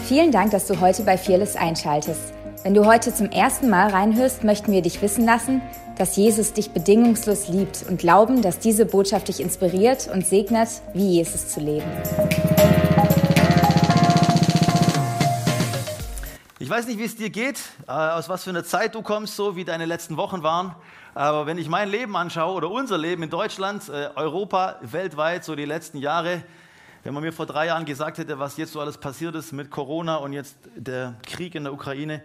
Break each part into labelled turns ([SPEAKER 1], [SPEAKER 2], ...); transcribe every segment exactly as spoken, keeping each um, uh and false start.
[SPEAKER 1] Vielen Dank, dass du heute bei Fearless einschaltest. Wenn du heute zum ersten Mal reinhörst, möchten wir dich wissen lassen, dass Jesus dich bedingungslos liebt und glauben, dass diese Botschaft dich inspiriert und segnet, wie Jesus zu leben.
[SPEAKER 2] Ich weiß nicht, wie es dir geht, aus was für einer Zeit du kommst, so wie deine letzten Wochen waren. Aber wenn ich mein Leben anschaue oder unser Leben in Deutschland, Europa, weltweit, so die letzten Jahre, wenn man mir vor drei Jahren gesagt hätte, was jetzt so alles passiert ist mit Corona und jetzt der Krieg in der Ukraine,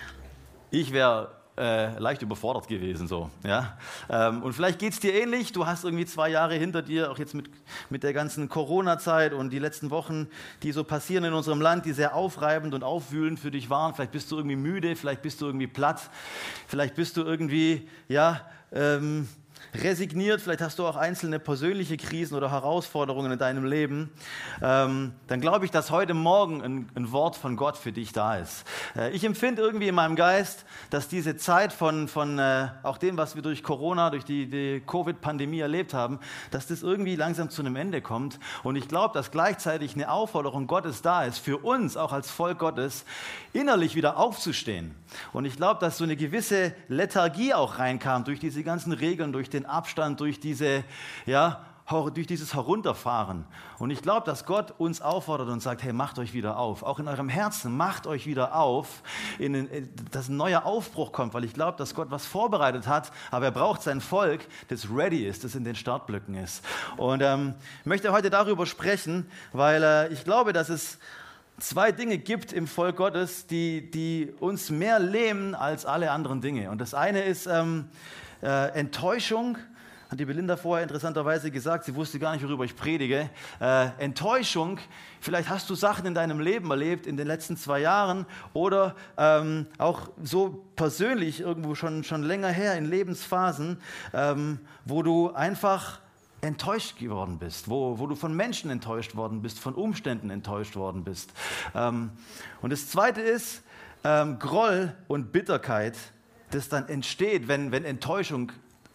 [SPEAKER 2] ich wäre äh, leicht überfordert gewesen. So, ja? Ähm, und vielleicht geht es dir ähnlich, du hast irgendwie zwei Jahre hinter dir, auch jetzt mit, mit der ganzen Corona-Zeit und die letzten Wochen, die so passieren in unserem Land, die sehr aufreibend und aufwühlend für dich waren. Vielleicht bist du irgendwie müde, vielleicht bist du irgendwie platt, vielleicht bist du irgendwie, ja, ähm, resigniert, vielleicht hast du auch einzelne persönliche Krisen oder Herausforderungen in deinem Leben, ähm, dann glaube ich, dass heute Morgen ein, ein Wort von Gott für dich da ist. Äh, ich empfinde irgendwie in meinem Geist, dass diese Zeit von, von äh, auch dem, was wir durch Corona, durch die, die Covid-Pandemie erlebt haben, dass das irgendwie langsam zu einem Ende kommt. Und ich glaube, dass gleichzeitig eine Aufforderung Gottes da ist, für uns, auch als Volk Gottes, innerlich wieder aufzustehen. Und ich glaube, dass so eine gewisse Lethargie auch reinkam durch diese ganzen Regeln, durch den Abstand, durch diese, ja, durch dieses Herunterfahren. Und ich glaube, dass Gott uns auffordert und sagt, hey, macht euch wieder auf. Auch in eurem Herzen, macht euch wieder auf, in den, dass ein neuer Aufbruch kommt, weil ich glaube, dass Gott was vorbereitet hat, aber er braucht sein Volk, das ready ist, das in den Startblöcken ist. Und ähm, ich möchte heute darüber sprechen, weil äh, ich glaube, dass es zwei Dinge gibt im Volk Gottes, die, die uns mehr lähmen als alle anderen Dinge. Und das eine ist ähm, äh, Enttäuschung. Hat die Belinda vorher interessanterweise gesagt, sie wusste gar nicht, worüber ich predige. Äh, Enttäuschung, vielleicht hast du Sachen in deinem Leben erlebt in den letzten zwei Jahren oder ähm, auch so persönlich irgendwo schon, schon länger her in Lebensphasen, ähm, wo du einfach enttäuscht geworden bist, wo, wo du von Menschen enttäuscht worden bist, von Umständen enttäuscht worden bist. Ähm, und das Zweite ist ähm, Groll und Bitterkeit, das dann entsteht, wenn, wenn Enttäuschung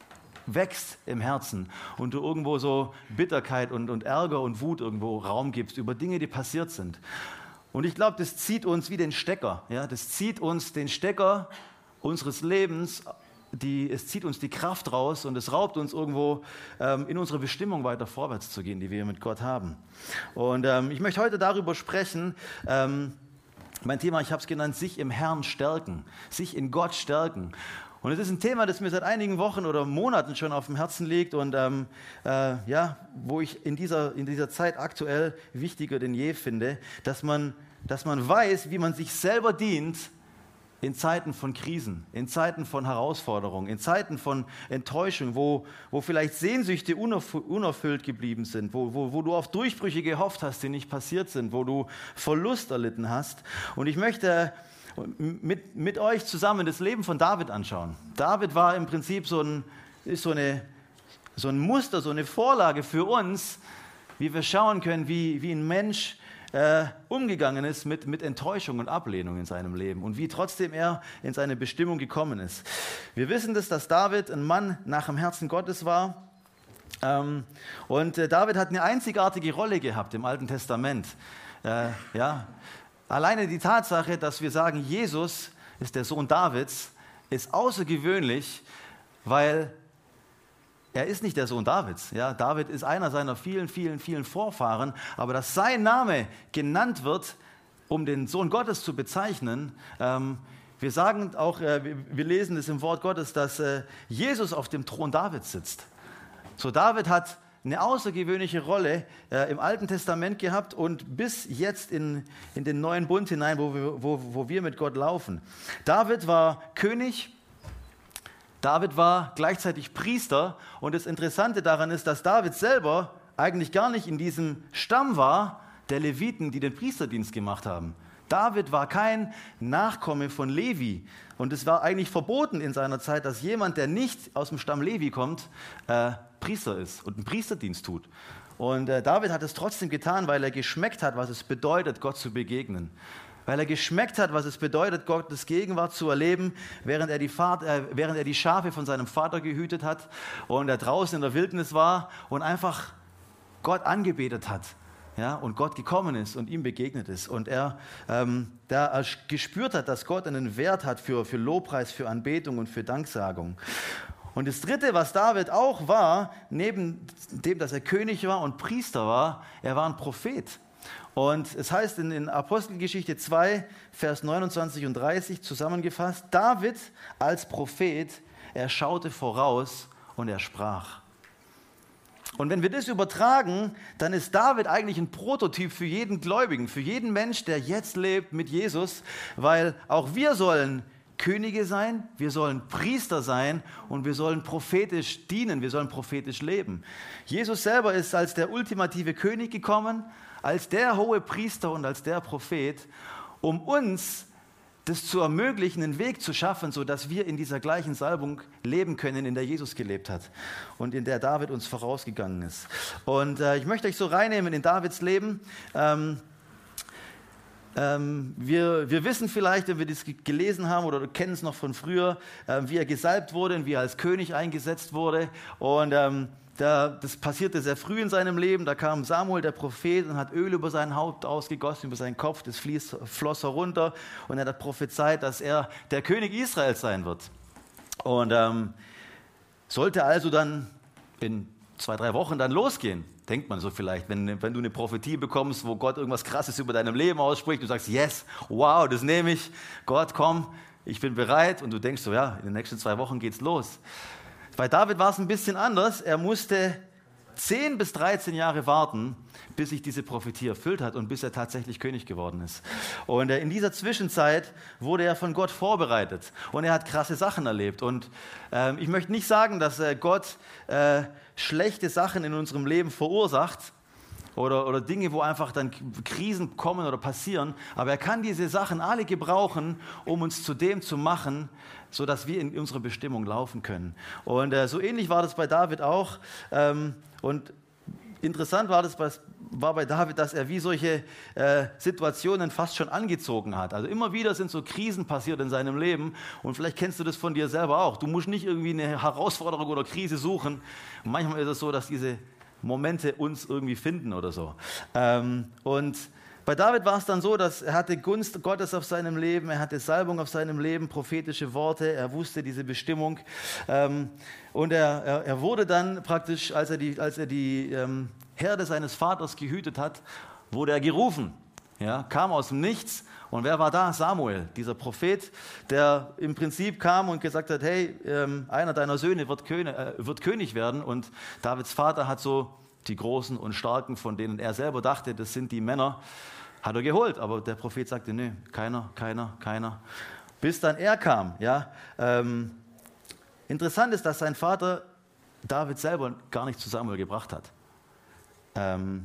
[SPEAKER 2] wächst im Herzen und du irgendwo so Bitterkeit und, und Ärger und Wut irgendwo Raum gibst über Dinge, die passiert sind. Und ich glaube, das zieht uns wie den Stecker. Ja? Das zieht uns den Stecker unseres Lebens. Die, es zieht uns die Kraft raus und es raubt uns irgendwo ähm, in unsere Bestimmung weiter vorwärts zu gehen, die wir mit Gott haben. Und ähm, ich möchte heute darüber sprechen, ähm, mein Thema, ich habe es genannt, sich im Herrn stärken, sich in Gott stärken. Und es ist ein Thema, das mir seit einigen Wochen oder Monaten schon auf dem Herzen liegt und ähm, äh, ja, wo ich in dieser, in dieser Zeit aktuell wichtiger denn je finde, dass man, dass man weiß, wie man sich selber dient, in Zeiten von Krisen, in Zeiten von Herausforderungen, in Zeiten von Enttäuschung, wo, wo vielleicht Sehnsüchte unerfüllt geblieben sind, wo, wo, wo du auf Durchbrüche gehofft hast, die nicht passiert sind, wo du Verlust erlitten hast. Und ich möchte mit, mit euch zusammen das Leben von David anschauen. David war im Prinzip so ein, ist so, eine, so ein Muster, so eine Vorlage für uns, wie wir schauen können, wie, wie ein Mensch Äh, umgegangen ist mit, mit Enttäuschung und Ablehnung in seinem Leben und wie trotzdem er in seine Bestimmung gekommen ist. Wir wissen das, dass David ein Mann nach dem Herzen Gottes war. Ähm, und äh, David hat eine einzigartige Rolle gehabt im Alten Testament. Äh, ja. Alleine die Tatsache, dass wir sagen, Jesus ist der Sohn Davids, ist außergewöhnlich, weil er ist nicht der Sohn Davids. Ja, David ist einer seiner vielen, vielen, vielen Vorfahren. Aber dass sein Name genannt wird, um den Sohn Gottes zu bezeichnen, ähm, wir sagen auch, äh, wir, wir lesen es im Wort Gottes, dass äh, Jesus auf dem Thron Davids sitzt. So, David hat eine außergewöhnliche Rolle äh, im Alten Testament gehabt und bis jetzt in, in den neuen Bund hinein, wo wir, wo, wo wir mit Gott laufen. David war König. David war gleichzeitig Priester und das Interessante daran ist, dass David selber eigentlich gar nicht in diesem Stamm war der Leviten, die den Priesterdienst gemacht haben. David war kein Nachkomme von Levi und es war eigentlich verboten in seiner Zeit, dass jemand, der nicht aus dem Stamm Levi kommt, äh, Priester ist und einen Priesterdienst tut. Und äh, David hat es trotzdem getan, weil er geschmeckt hat, was es bedeutet, Gott zu begegnen. Weil er geschmeckt hat, was es bedeutet, Gottes Gegenwart zu erleben, während er, die Vater, äh, während er die Schafe von seinem Vater gehütet hat und er draußen in der Wildnis war und einfach Gott angebetet hat. ja, und Gott gekommen ist und ihm begegnet ist und er ähm, da gespürt hat, dass Gott einen Wert hat für, für Lobpreis, für Anbetung und für Danksagung. Und das Dritte, was David auch war, neben dem, dass er König war und Priester war, er war ein Prophet. Und es heißt in, in Apostelgeschichte zwei, Vers neunundzwanzig und dreißig zusammengefasst, David als Prophet, er schaute voraus und er sprach. Und wenn wir das übertragen, dann ist David eigentlich ein Prototyp für jeden Gläubigen, für jeden Mensch, der jetzt lebt mit Jesus, weil auch wir sollen Könige sein, wir sollen Priester sein und wir sollen prophetisch dienen, wir sollen prophetisch leben. Jesus selber ist als der ultimative König gekommen, als der hohe Priester und als der Prophet, um uns das zu ermöglichen, einen Weg zu schaffen, sodass wir in dieser gleichen Salbung leben können, in der Jesus gelebt hat und in der David uns vorausgegangen ist. Und äh, ich möchte euch so reinnehmen in Davids Leben. Ähm, ähm, wir, wir wissen vielleicht, wenn wir das gelesen haben oder kennen es noch von früher, äh, wie er gesalbt wurde und wie er als König eingesetzt wurde. Und ähm, Da, das passierte sehr früh in seinem Leben. Da kam Samuel, der Prophet, und hat Öl über sein Haupt ausgegossen, über seinen Kopf. Das fließ, floss herunter und er hat prophezeit, dass er der König Israels sein wird. Und ähm, sollte also dann in zwei, drei Wochen dann losgehen, denkt man so vielleicht, wenn, wenn du eine Prophetie bekommst, wo Gott irgendwas Krasses über deinem Leben ausspricht, du sagst, yes, wow, das nehme ich, Gott, komm, ich bin bereit. Und du denkst so, ja, in den nächsten zwei Wochen geht's los. Bei David war es ein bisschen anders. Er musste zehn bis dreizehn Jahre warten, bis sich diese Prophetie erfüllt hat und bis er tatsächlich König geworden ist. Und in dieser Zwischenzeit wurde er von Gott vorbereitet und er hat krasse Sachen erlebt. Und äh, ich möchte nicht sagen, dass äh, Gott äh, schlechte Sachen in unserem Leben verursacht, Oder, oder Dinge, wo einfach dann Krisen kommen oder passieren. Aber er kann diese Sachen alle gebrauchen, um uns zu dem zu machen, sodass wir in unsere Bestimmung laufen können. Und äh, so ähnlich war das bei David auch. Ähm, und interessant war das war bei David, dass er wie solche äh, Situationen fast schon angezogen hat. Also immer wieder sind so Krisen passiert in seinem Leben. Und vielleicht kennst du das von dir selber auch. Du musst nicht irgendwie eine Herausforderung oder Krise suchen. Und manchmal ist es so, dass diese Momente uns irgendwie finden oder so. Ähm, und bei David war es dann so, dass er hatte Gunst Gottes auf seinem Leben, er hatte Salbung auf seinem Leben, prophetische Worte, er wusste diese Bestimmung. Ähm, und er, er, er wurde dann praktisch, als er die, als er die ähm, Herde seines Vaters gehütet hat, wurde er gerufen. Ja, kam aus dem Nichts. Und wer war da? Samuel, dieser Prophet, der im Prinzip kam und gesagt hat, hey, ähm, einer deiner Söhne wird König, äh, wird König werden. Und Davids Vater hat so die Großen und Starken, von denen er selber dachte, das sind die Männer, hat er geholt. Aber der Prophet sagte, nee, keiner, keiner, keiner. Bis dann er kam. Ja? Ähm, interessant ist, dass sein Vater David selber gar nicht zu Samuel gebracht hat. Ähm,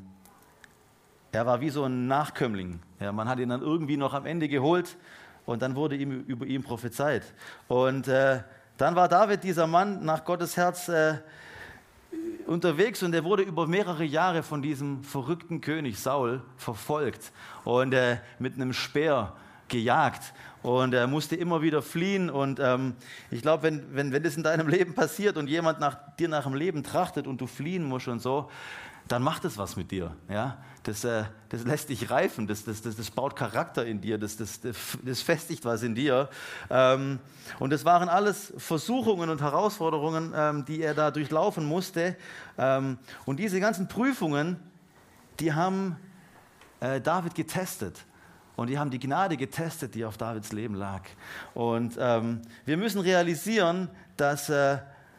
[SPEAKER 2] Er war wie so ein Nachkömmling. Ja, man hat ihn dann irgendwie noch am Ende geholt und dann wurde ihm über ihn prophezeit. Und äh, dann war David, dieser Mann, nach Gottes Herz äh, unterwegs und er wurde über mehrere Jahre von diesem verrückten König Saul verfolgt und äh, mit einem Speer gejagt. Und er musste immer wieder fliehen. Und ähm, ich glaube, wenn, wenn, wenn das in deinem Leben passiert und jemand nach, dir nach dem Leben trachtet und du fliehen musst und so, dann macht das was mit dir. Ja? Das, äh, das lässt dich reifen, das, das, das, das baut Charakter in dir, das, das, das festigt was in dir. Ähm, und das waren alles Versuchungen und Herausforderungen, ähm, die er da durchlaufen musste. Ähm, und diese ganzen Prüfungen, die haben äh, David getestet. Und die haben die Gnade getestet, die auf Davids Leben lag. Und ähm, wir müssen realisieren, dass äh,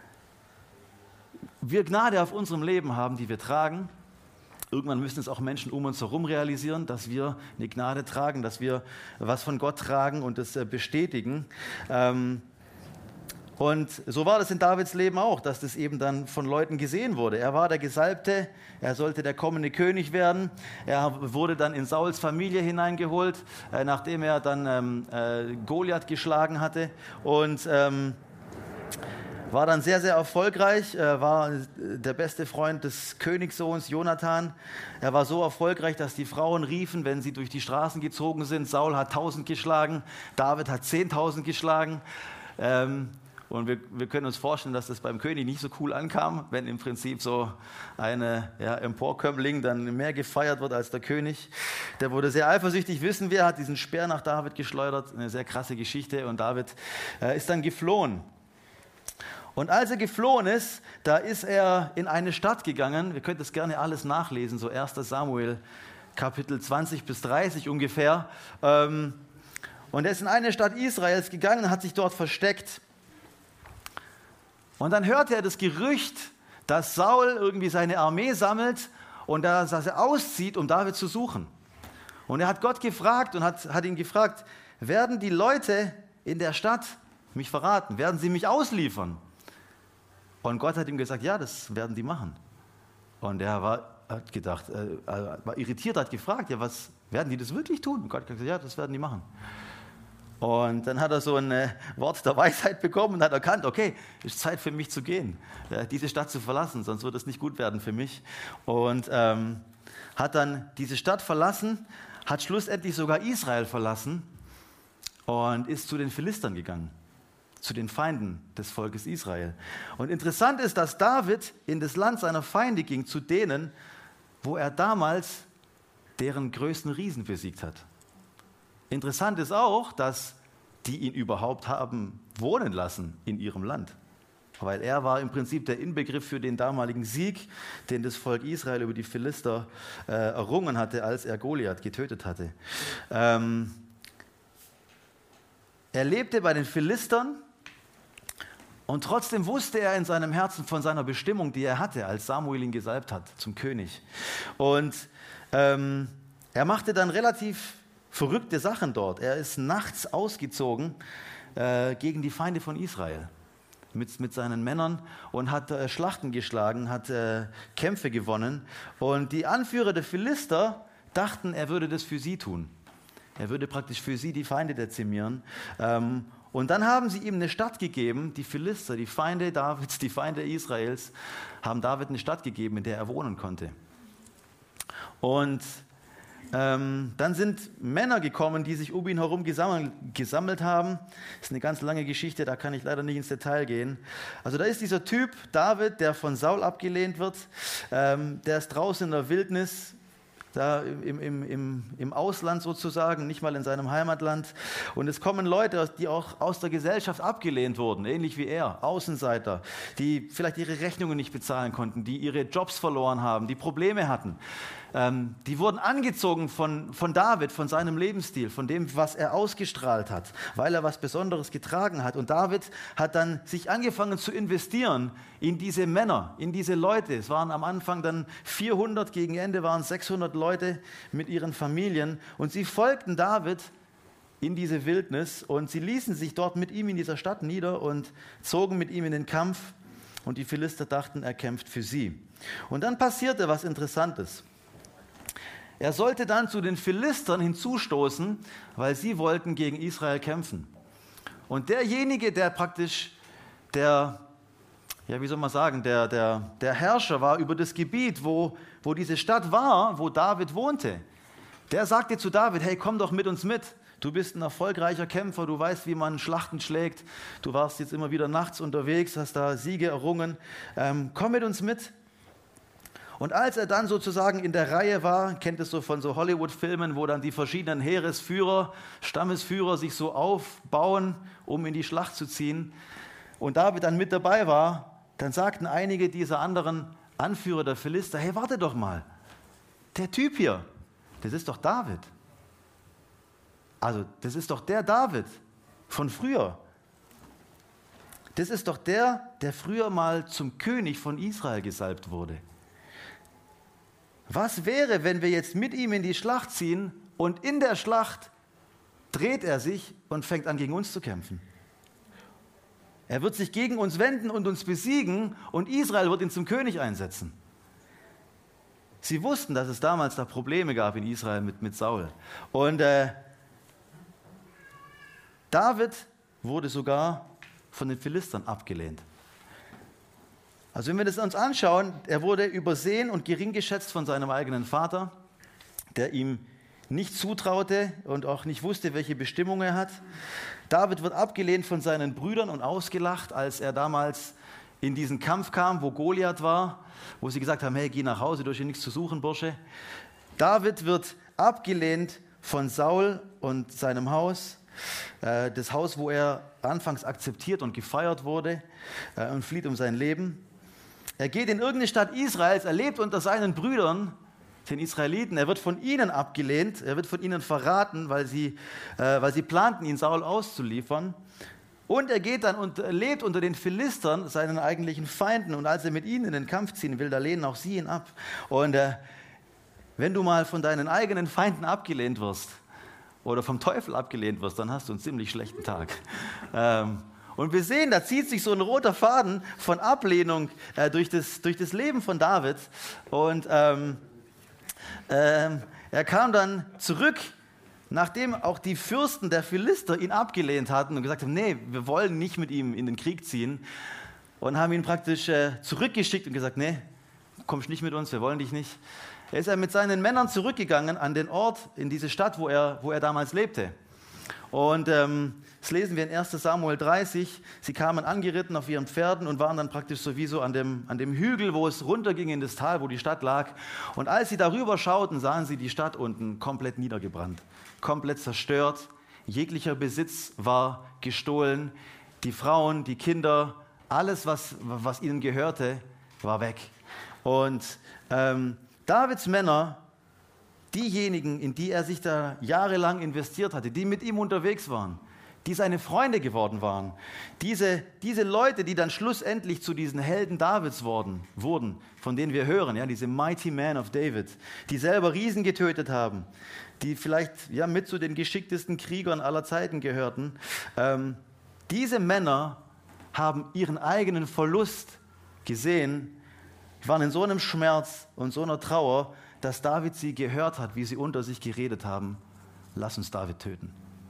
[SPEAKER 2] wir Gnade auf unserem Leben haben, die wir tragen. Irgendwann müssen es auch Menschen um uns herum realisieren, dass wir eine Gnade tragen, dass wir was von Gott tragen und das äh, bestätigen. Ähm, und so war das in Davids Leben auch, dass das eben dann von Leuten gesehen wurde. Er war der Gesalbte, er sollte der kommende König werden. Er wurde dann in Sauls Familie hineingeholt, äh, nachdem er dann ähm, äh, Goliath geschlagen hatte. Und ähm, war dann sehr, sehr erfolgreich, er war der beste Freund des Königssohns Jonathan. Er war so erfolgreich, dass die Frauen riefen, wenn sie durch die Straßen gezogen sind, Saul hat tausend geschlagen, David hat zehntausend geschlagen. Ähm, Und wir, wir können uns vorstellen, dass das beim König nicht so cool ankam, wenn im Prinzip so eine ja, Emporkömmling dann mehr gefeiert wird als der König. Der wurde sehr eifersüchtig, wissen wir, hat diesen Speer nach David geschleudert. Eine sehr krasse Geschichte. Und David äh, ist dann geflohen. Und als er geflohen ist, da ist er in eine Stadt gegangen. Wir können das gerne alles nachlesen, so erster Samuel, Kapitel zwanzig bis dreißig ungefähr. Und er ist in eine Stadt Israels gegangen, hat sich dort versteckt. Und dann hörte er das Gerücht, dass Saul irgendwie seine Armee sammelt und dass er auszieht, um David zu suchen. Und er hat Gott gefragt und hat, hat ihn gefragt, werden die Leute in der Stadt mich verraten? Werden sie mich ausliefern? Und Gott hat ihm gesagt, ja, das werden die machen. Und er war, hat gedacht, äh, war irritiert, hat gefragt, ja, was, werden die das wirklich tun? Und Gott hat gesagt, ja, das werden die machen. Und dann hat er so ein äh, Wort der Weisheit bekommen und hat erkannt, okay, es ist Zeit für mich zu gehen, äh, diese Stadt zu verlassen, sonst wird es nicht gut werden für mich. Und ähm, hat dann diese Stadt verlassen, hat schlussendlich sogar Israel verlassen und ist zu den Philistern gegangen, zu den Feinden des Volkes Israel. Und interessant ist, dass David in das Land seiner Feinde ging, zu denen, wo er damals deren größten Riesen besiegt hat. Interessant ist auch, dass die ihn überhaupt haben wohnen lassen in ihrem Land. Weil er war im Prinzip der Inbegriff für den damaligen Sieg, den das Volk Israel über die Philister äh, errungen hatte, als er Goliath getötet hatte. Ähm, er lebte bei den Philistern und trotzdem wusste er in seinem Herzen von seiner Bestimmung, die er hatte, als Samuel ihn gesalbt hat zum König. Und ähm, er machte dann relativ verrückte Sachen dort. Er ist nachts ausgezogen äh, gegen die Feinde von Israel mit, mit seinen Männern und hat äh, Schlachten geschlagen, hat äh, Kämpfe gewonnen. Und die Anführer der Philister dachten, er würde das für sie tun. Er würde praktisch für sie die Feinde dezimieren. Ähm, und dann haben sie ihm eine Stadt gegeben, die Philister, die Feinde Davids, die Feinde Israels, haben David eine Stadt gegeben, in der er wohnen konnte. Und Ähm, dann sind Männer gekommen, die sich um ihn herum gesammelt, gesammelt haben. Das ist eine ganz lange Geschichte, da kann ich leider nicht ins Detail gehen. Also da ist dieser Typ, David, der von Saul abgelehnt wird. Ähm, der ist draußen in der Wildnis, da im, im, im, im Ausland sozusagen, nicht mal in seinem Heimatland. Und es kommen Leute, die auch aus der Gesellschaft abgelehnt wurden, ähnlich wie er, Außenseiter, die vielleicht ihre Rechnungen nicht bezahlen konnten, die ihre Jobs verloren haben, die Probleme hatten. Ähm, die wurden angezogen von, von David, von seinem Lebensstil, von dem, was er ausgestrahlt hat, weil er was Besonderes getragen hat. Und David hat dann sich angefangen zu investieren in diese Männer, in diese Leute. Es waren am Anfang dann vierhundert, gegen Ende waren es sechshundert Leute mit ihren Familien. Und sie folgten David in diese Wildnis und sie ließen sich dort mit ihm in dieser Stadt nieder und zogen mit ihm in den Kampf. Und die Philister dachten, er kämpft für sie. Und dann passierte was Interessantes. Er sollte dann zu den Philistern hinzustoßen, weil sie wollten gegen Israel kämpfen. Und derjenige, der praktisch der, ja, wie soll man sagen, der, der, der Herrscher war über das Gebiet, wo, wo diese Stadt war, wo David wohnte, der sagte zu David, hey, komm doch mit uns mit. Du bist ein erfolgreicher Kämpfer, du weißt, wie man Schlachten schlägt. Du warst jetzt immer wieder nachts unterwegs, hast da Siege errungen. Ähm, komm mit uns mit. Und als er dann sozusagen in der Reihe war, kennt es so von so Hollywood-Filmen, wo dann die verschiedenen Heeresführer, Stammesführer sich so aufbauen, um in die Schlacht zu ziehen, und David dann mit dabei war, dann sagten einige dieser anderen Anführer der Philister, hey, warte doch mal, der Typ hier, das ist doch David. Also, das ist doch der David von früher. Das ist doch der, der früher mal zum König von Israel gesalbt wurde. Was wäre, wenn wir jetzt mit ihm in die Schlacht ziehen und in der Schlacht dreht er sich und fängt an, gegen uns zu kämpfen? Er wird sich gegen uns wenden und uns besiegen und Israel wird ihn zum König einsetzen. Sie wussten, dass es damals da Probleme gab in Israel mit, mit Saul. Und äh, David wurde sogar von den Philistern abgelehnt. Also wenn wir das uns anschauen, er wurde übersehen und gering geschätzt von seinem eigenen Vater, der ihm nicht zutraute und auch nicht wusste, welche Bestimmung er hat. David wird abgelehnt von seinen Brüdern und ausgelacht, als er damals in diesen Kampf kam, wo Goliath war, wo sie gesagt haben, hey, geh nach Hause, du hast hier nichts zu suchen, Bursche. David wird abgelehnt von Saul und seinem Haus, äh, das Haus, wo er anfangs akzeptiert und gefeiert wurde, äh, und flieht um sein Leben. Er geht in irgendeine Stadt Israels, er lebt unter seinen Brüdern, den Israeliten. Er wird von ihnen abgelehnt, er wird von ihnen verraten, weil sie, äh, weil sie planten, ihn Saul auszuliefern. Und er geht dann und lebt unter den Philistern, seinen eigentlichen Feinden. Und als er mit ihnen in den Kampf ziehen will, da lehnen auch sie ihn ab. Und äh, wenn du mal von deinen eigenen Feinden abgelehnt wirst oder vom Teufel abgelehnt wirst, dann hast du einen ziemlich schlechten Tag. Ähm, und wir sehen, da zieht sich so ein roter Faden von Ablehnung äh, durch, das, durch das Leben von David. Und ähm, ähm, er kam dann zurück, nachdem auch die Fürsten der Philister ihn abgelehnt hatten und gesagt haben, nee, wir wollen nicht mit ihm in den Krieg ziehen, und haben ihn praktisch äh, zurückgeschickt und gesagt, nee, kommst nicht mit uns, wir wollen dich nicht. Er ist er mit seinen Männern zurückgegangen an den Ort, in diese Stadt, wo er, wo er damals lebte. Und ähm, das lesen wir in erster Samuel dreißig. Sie kamen angeritten auf ihren Pferden und waren dann praktisch sowieso an dem, an dem Hügel, wo es runterging in das Tal, wo die Stadt lag. Und als sie darüber schauten, sahen sie die Stadt unten komplett niedergebrannt, komplett zerstört. Jeglicher Besitz war gestohlen. Die Frauen, die Kinder, alles, was, was ihnen gehörte, war weg. Und ähm, Davids Männer, diejenigen, in die er sich da jahrelang investiert hatte, die mit ihm unterwegs waren, die seine Freunde geworden waren, diese, diese Leute, die dann schlussendlich zu diesen Helden Davids worden, wurden, von denen wir hören, ja, diese Mighty Men of David, die selber Riesen getötet haben, die vielleicht ja, mit zu den geschicktesten Kriegern aller Zeiten gehörten, ähm, diese Männer haben ihren eigenen Verlust gesehen, waren in so einem Schmerz und so einer Trauer, dass David sie gehört hat, wie sie unter sich geredet haben, lass uns David töten.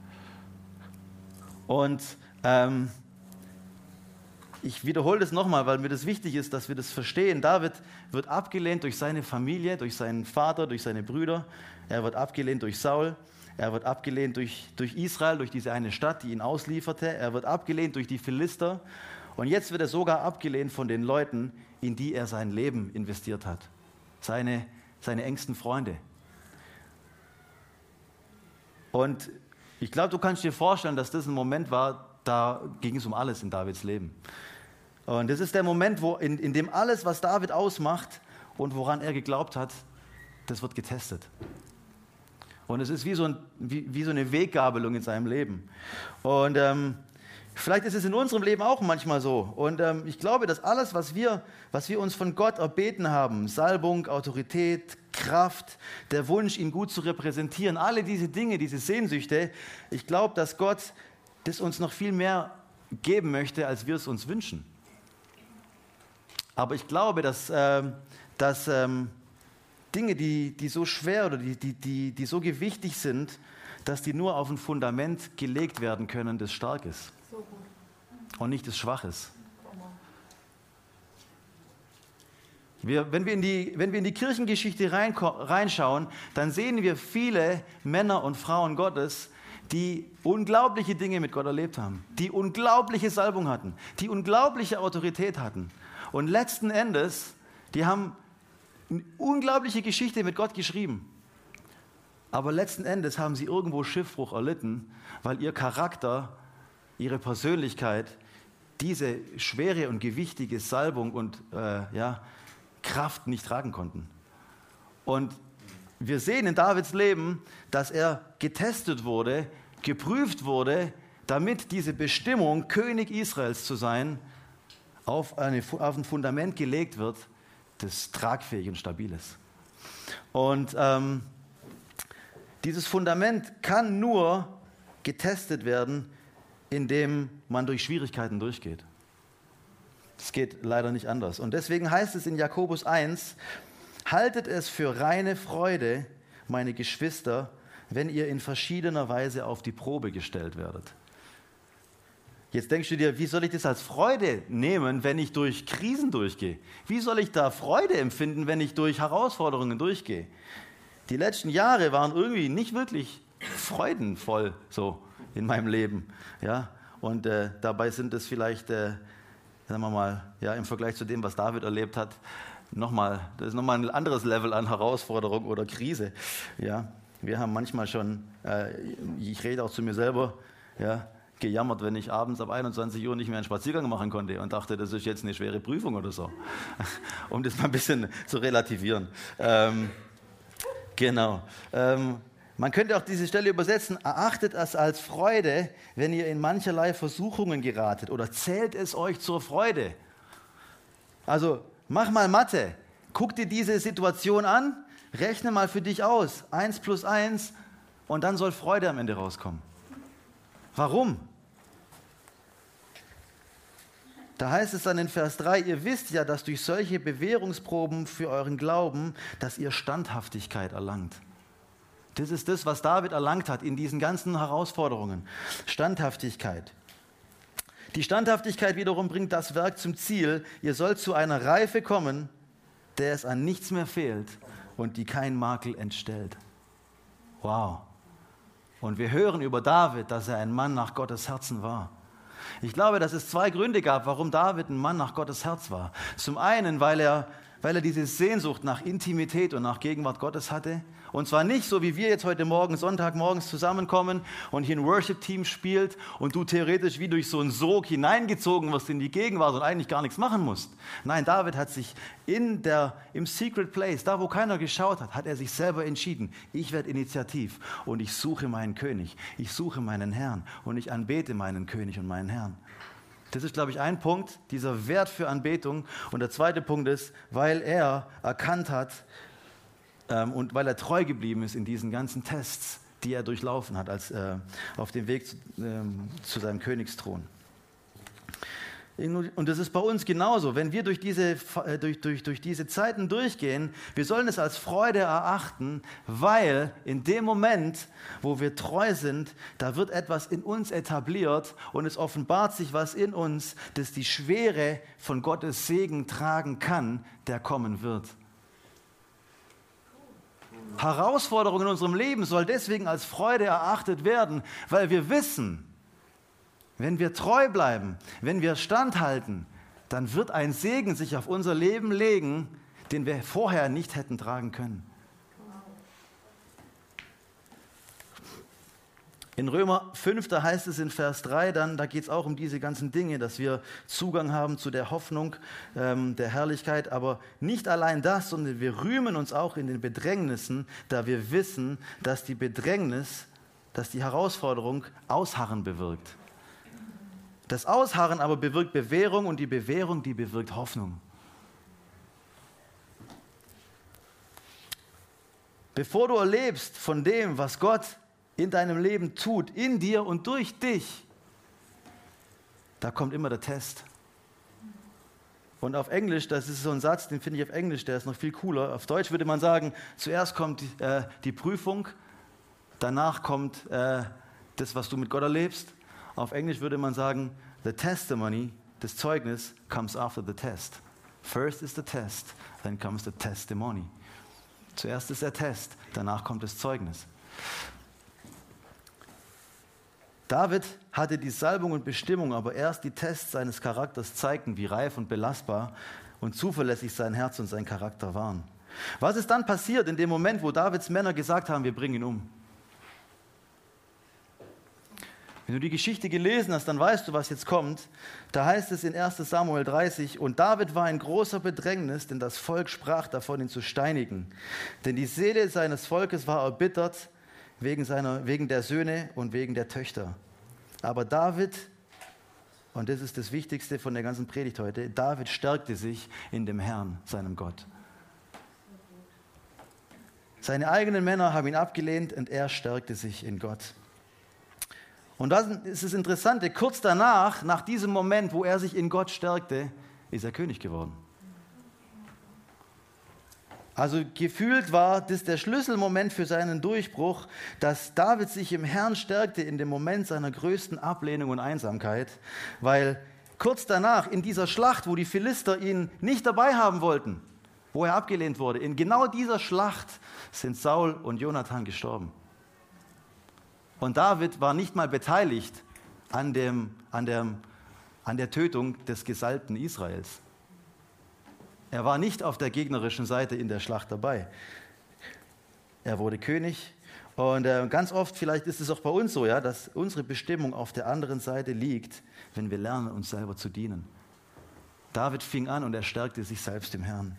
[SPEAKER 2] Und ähm, ich wiederhole das nochmal, weil mir das wichtig ist, dass wir das verstehen. David wird abgelehnt durch seine Familie, durch seinen Vater, durch seine Brüder. Er wird abgelehnt durch Saul. Er wird abgelehnt durch, durch Israel, durch diese eine Stadt, die ihn auslieferte. Er wird abgelehnt durch die Philister. Und jetzt wird er sogar abgelehnt von den Leuten, in die er sein Leben investiert hat. Seine, seine engsten Freunde. Und ich glaube, du kannst dir vorstellen, dass das ein Moment war, da ging es um alles in Davids Leben. Und das ist der Moment, wo in, in dem alles, was David ausmacht und woran er geglaubt hat, das wird getestet. Und es ist wie so, ein, wie, wie so eine Weggabelung in seinem Leben. Und ähm, vielleicht ist es in unserem Leben auch manchmal so. Und ähm, ich glaube, dass alles, was wir, was wir uns von Gott erbeten haben, Salbung, Autorität, Kraft, der Wunsch, ihn gut zu repräsentieren, alle diese Dinge, diese Sehnsüchte, ich glaube, dass Gott das uns noch viel mehr geben möchte, als wir es uns wünschen. Aber ich glaube, dass, ähm, dass ähm, Dinge, die, die so schwer oder die, die, die, die so gewichtig sind, dass die nur auf ein Fundament gelegt werden können, das stark ist. Und nicht das schwach ist. Wir, wenn, wir in die, wenn wir in die Kirchengeschichte rein, reinschauen, dann sehen wir viele Männer und Frauen Gottes, die unglaubliche Dinge mit Gott erlebt haben, die unglaubliche Salbung hatten, die unglaubliche Autorität hatten. Und letzten Endes, die haben eine unglaubliche Geschichte mit Gott geschrieben. Aber letzten Endes haben sie irgendwo Schiffbruch erlitten, weil ihr Charakter, ihre Persönlichkeit diese schwere und gewichtige Salbung und äh, ja, Kraft nicht tragen konnten. Und wir sehen in Davids Leben, dass er getestet wurde, geprüft wurde, damit diese Bestimmung, König Israels zu sein, auf, eine, auf ein Fundament gelegt wird, das tragfähig und stabil ist. Und ähm, dieses Fundament kann nur getestet werden, indem man durch Schwierigkeiten durchgeht. Es geht leider nicht anders. Und deswegen heißt es in Jakobus eins, haltet es für reine Freude, meine Geschwister, wenn ihr in verschiedener Weise auf die Probe gestellt werdet. Jetzt denkst du dir, wie soll ich das als Freude nehmen, wenn ich durch Krisen durchgehe? Wie soll ich da Freude empfinden, wenn ich durch Herausforderungen durchgehe? die letzten Jahre waren irgendwie nicht wirklich freudenvoll so in meinem Leben. Ja? Und äh, dabei sind es vielleicht, äh, sagen wir mal, ja, im Vergleich zu dem, was David erlebt hat, nochmal, das ist nochmal ein anderes Level an Herausforderung oder Krise. Ja? Wir haben manchmal schon, äh, ich rede auch zu mir selber, ja, gejammert, wenn ich abends ab einundzwanzig Uhr nicht mehr einen Spaziergang machen konnte und dachte, das ist jetzt eine schwere Prüfung oder so, um das mal ein bisschen zu relativieren. Ähm, genau. Ähm, man könnte auch diese Stelle übersetzen, erachtet es als Freude, wenn ihr in mancherlei Versuchungen geratet oder zählt es euch zur Freude. Also mach mal Mathe, guck dir diese Situation an, rechne mal für dich aus, eins plus eins und dann soll Freude am Ende rauskommen. Warum? Da heißt es dann in Vers drei, ihr wisst ja, dass durch solche Bewährungsproben für euren Glauben, dass ihr Standhaftigkeit erlangt. Das ist das, was David erlangt hat in diesen ganzen Herausforderungen. Standhaftigkeit. Die Standhaftigkeit wiederum bringt das Werk zum Ziel. Ihr sollt zu einer Reife kommen, der es an nichts mehr fehlt und die kein Makel entstellt. Wow. Und wir hören über David, dass er ein Mann nach Gottes Herzen war. Ich glaube, dass es zwei Gründe gab, warum David ein Mann nach Gottes Herz war. Zum einen, weil er, weil er diese Sehnsucht nach Intimität und nach Gegenwart Gottes hatte. Und zwar nicht so, wie wir jetzt heute Morgen, Sonntagmorgens zusammenkommen und hier ein Worship-Team spielt und du theoretisch wie durch so einen Sog hineingezogen wirst in die Gegenwart und eigentlich gar nichts machen musst. Nein, David hat sich in der, im Secret Place, da wo keiner geschaut hat, hat er sich selber entschieden. Ich werde initiativ und ich suche meinen König, ich suche meinen Herrn und ich anbete meinen König und meinen Herrn. Das ist, glaube ich, ein Punkt, dieser Wert für Anbetung. Und der zweite Punkt ist, weil er erkannt hat, Ähm, und weil er treu geblieben ist in diesen ganzen Tests, die er durchlaufen hat, als, äh, auf dem Weg zu, ähm, zu seinem Königsthron. Und das ist bei uns genauso. Wenn wir durch diese, äh, durch, durch, durch diese Zeiten durchgehen, wir sollen es als Freude erachten, weil in dem Moment, wo wir treu sind, da wird etwas in uns etabliert und es offenbart sich was in uns, das die Schwere von Gottes Segen tragen kann, der kommen wird. Herausforderungen in unserem Leben soll deswegen als Freude erachtet werden, weil wir wissen, wenn wir treu bleiben, wenn wir standhalten, dann wird ein Segen sich auf unser Leben legen, den wir vorher nicht hätten tragen können. In Römer fünf, da heißt es in Vers drei, dann, da geht es auch um diese ganzen Dinge, dass wir Zugang haben zu der Hoffnung ähm, der Herrlichkeit. Aber nicht allein das, sondern wir rühmen uns auch in den Bedrängnissen, da wir wissen, dass die Bedrängnis, dass die Herausforderung Ausharren bewirkt. Das Ausharren aber bewirkt Bewährung und die Bewährung, die bewirkt Hoffnung. Bevor du erlebst von dem, was Gott in deinem Leben tut, in dir und durch dich, da kommt immer der Test. Und auf Englisch, das ist so ein Satz, den finde ich auf Englisch, der ist noch viel cooler. Auf Deutsch würde man sagen, zuerst kommt die, äh, die Prüfung, danach kommt äh, das, was du mit Gott erlebst. Auf Englisch würde man sagen, the testimony, das Zeugnis, comes after the test. First is the test, then comes the testimony. Zuerst ist der Test, danach kommt das Zeugnis. David hatte die Salbung und Bestimmung, aber erst die Tests seines Charakters zeigten, wie reif und belastbar und zuverlässig sein Herz und sein Charakter waren. Was ist dann passiert in dem Moment, wo Davids Männer gesagt haben, wir bringen ihn um? Wenn du die Geschichte gelesen hast, dann weißt du, was jetzt kommt. Da heißt es in erster Samuel dreißig, und David war in großer Bedrängnis, denn das Volk sprach davon, ihn zu steinigen. Denn die Seele seines Volkes war erbittert, Wegen, seiner, wegen der Söhne und wegen der Töchter. Aber David, und das ist das Wichtigste von der ganzen Predigt heute, David stärkte sich in dem Herrn, seinem Gott. Seine eigenen Männer haben ihn abgelehnt und er stärkte sich in Gott. Und das ist das Interessante, kurz danach, nach diesem Moment, wo er sich in Gott stärkte, ist er König geworden. Also gefühlt war das der Schlüsselmoment für seinen Durchbruch, dass David sich im Herrn stärkte in dem Moment seiner größten Ablehnung und Einsamkeit, weil kurz danach in dieser Schlacht, wo die Philister ihn nicht dabei haben wollten, wo er abgelehnt wurde. In genau dieser Schlacht sind Saul und Jonathan gestorben. Und David war nicht mal beteiligt an, dem, an, der, an der Tötung des Gesalbten Israels. Er war nicht auf der gegnerischen Seite in der Schlacht dabei. Er wurde König. Und äh, ganz oft, vielleicht ist es auch bei uns so, ja, dass unsere Bestimmung auf der anderen Seite liegt, wenn wir lernen, uns selber zu dienen. David fing an und er stärkte sich selbst im Herrn.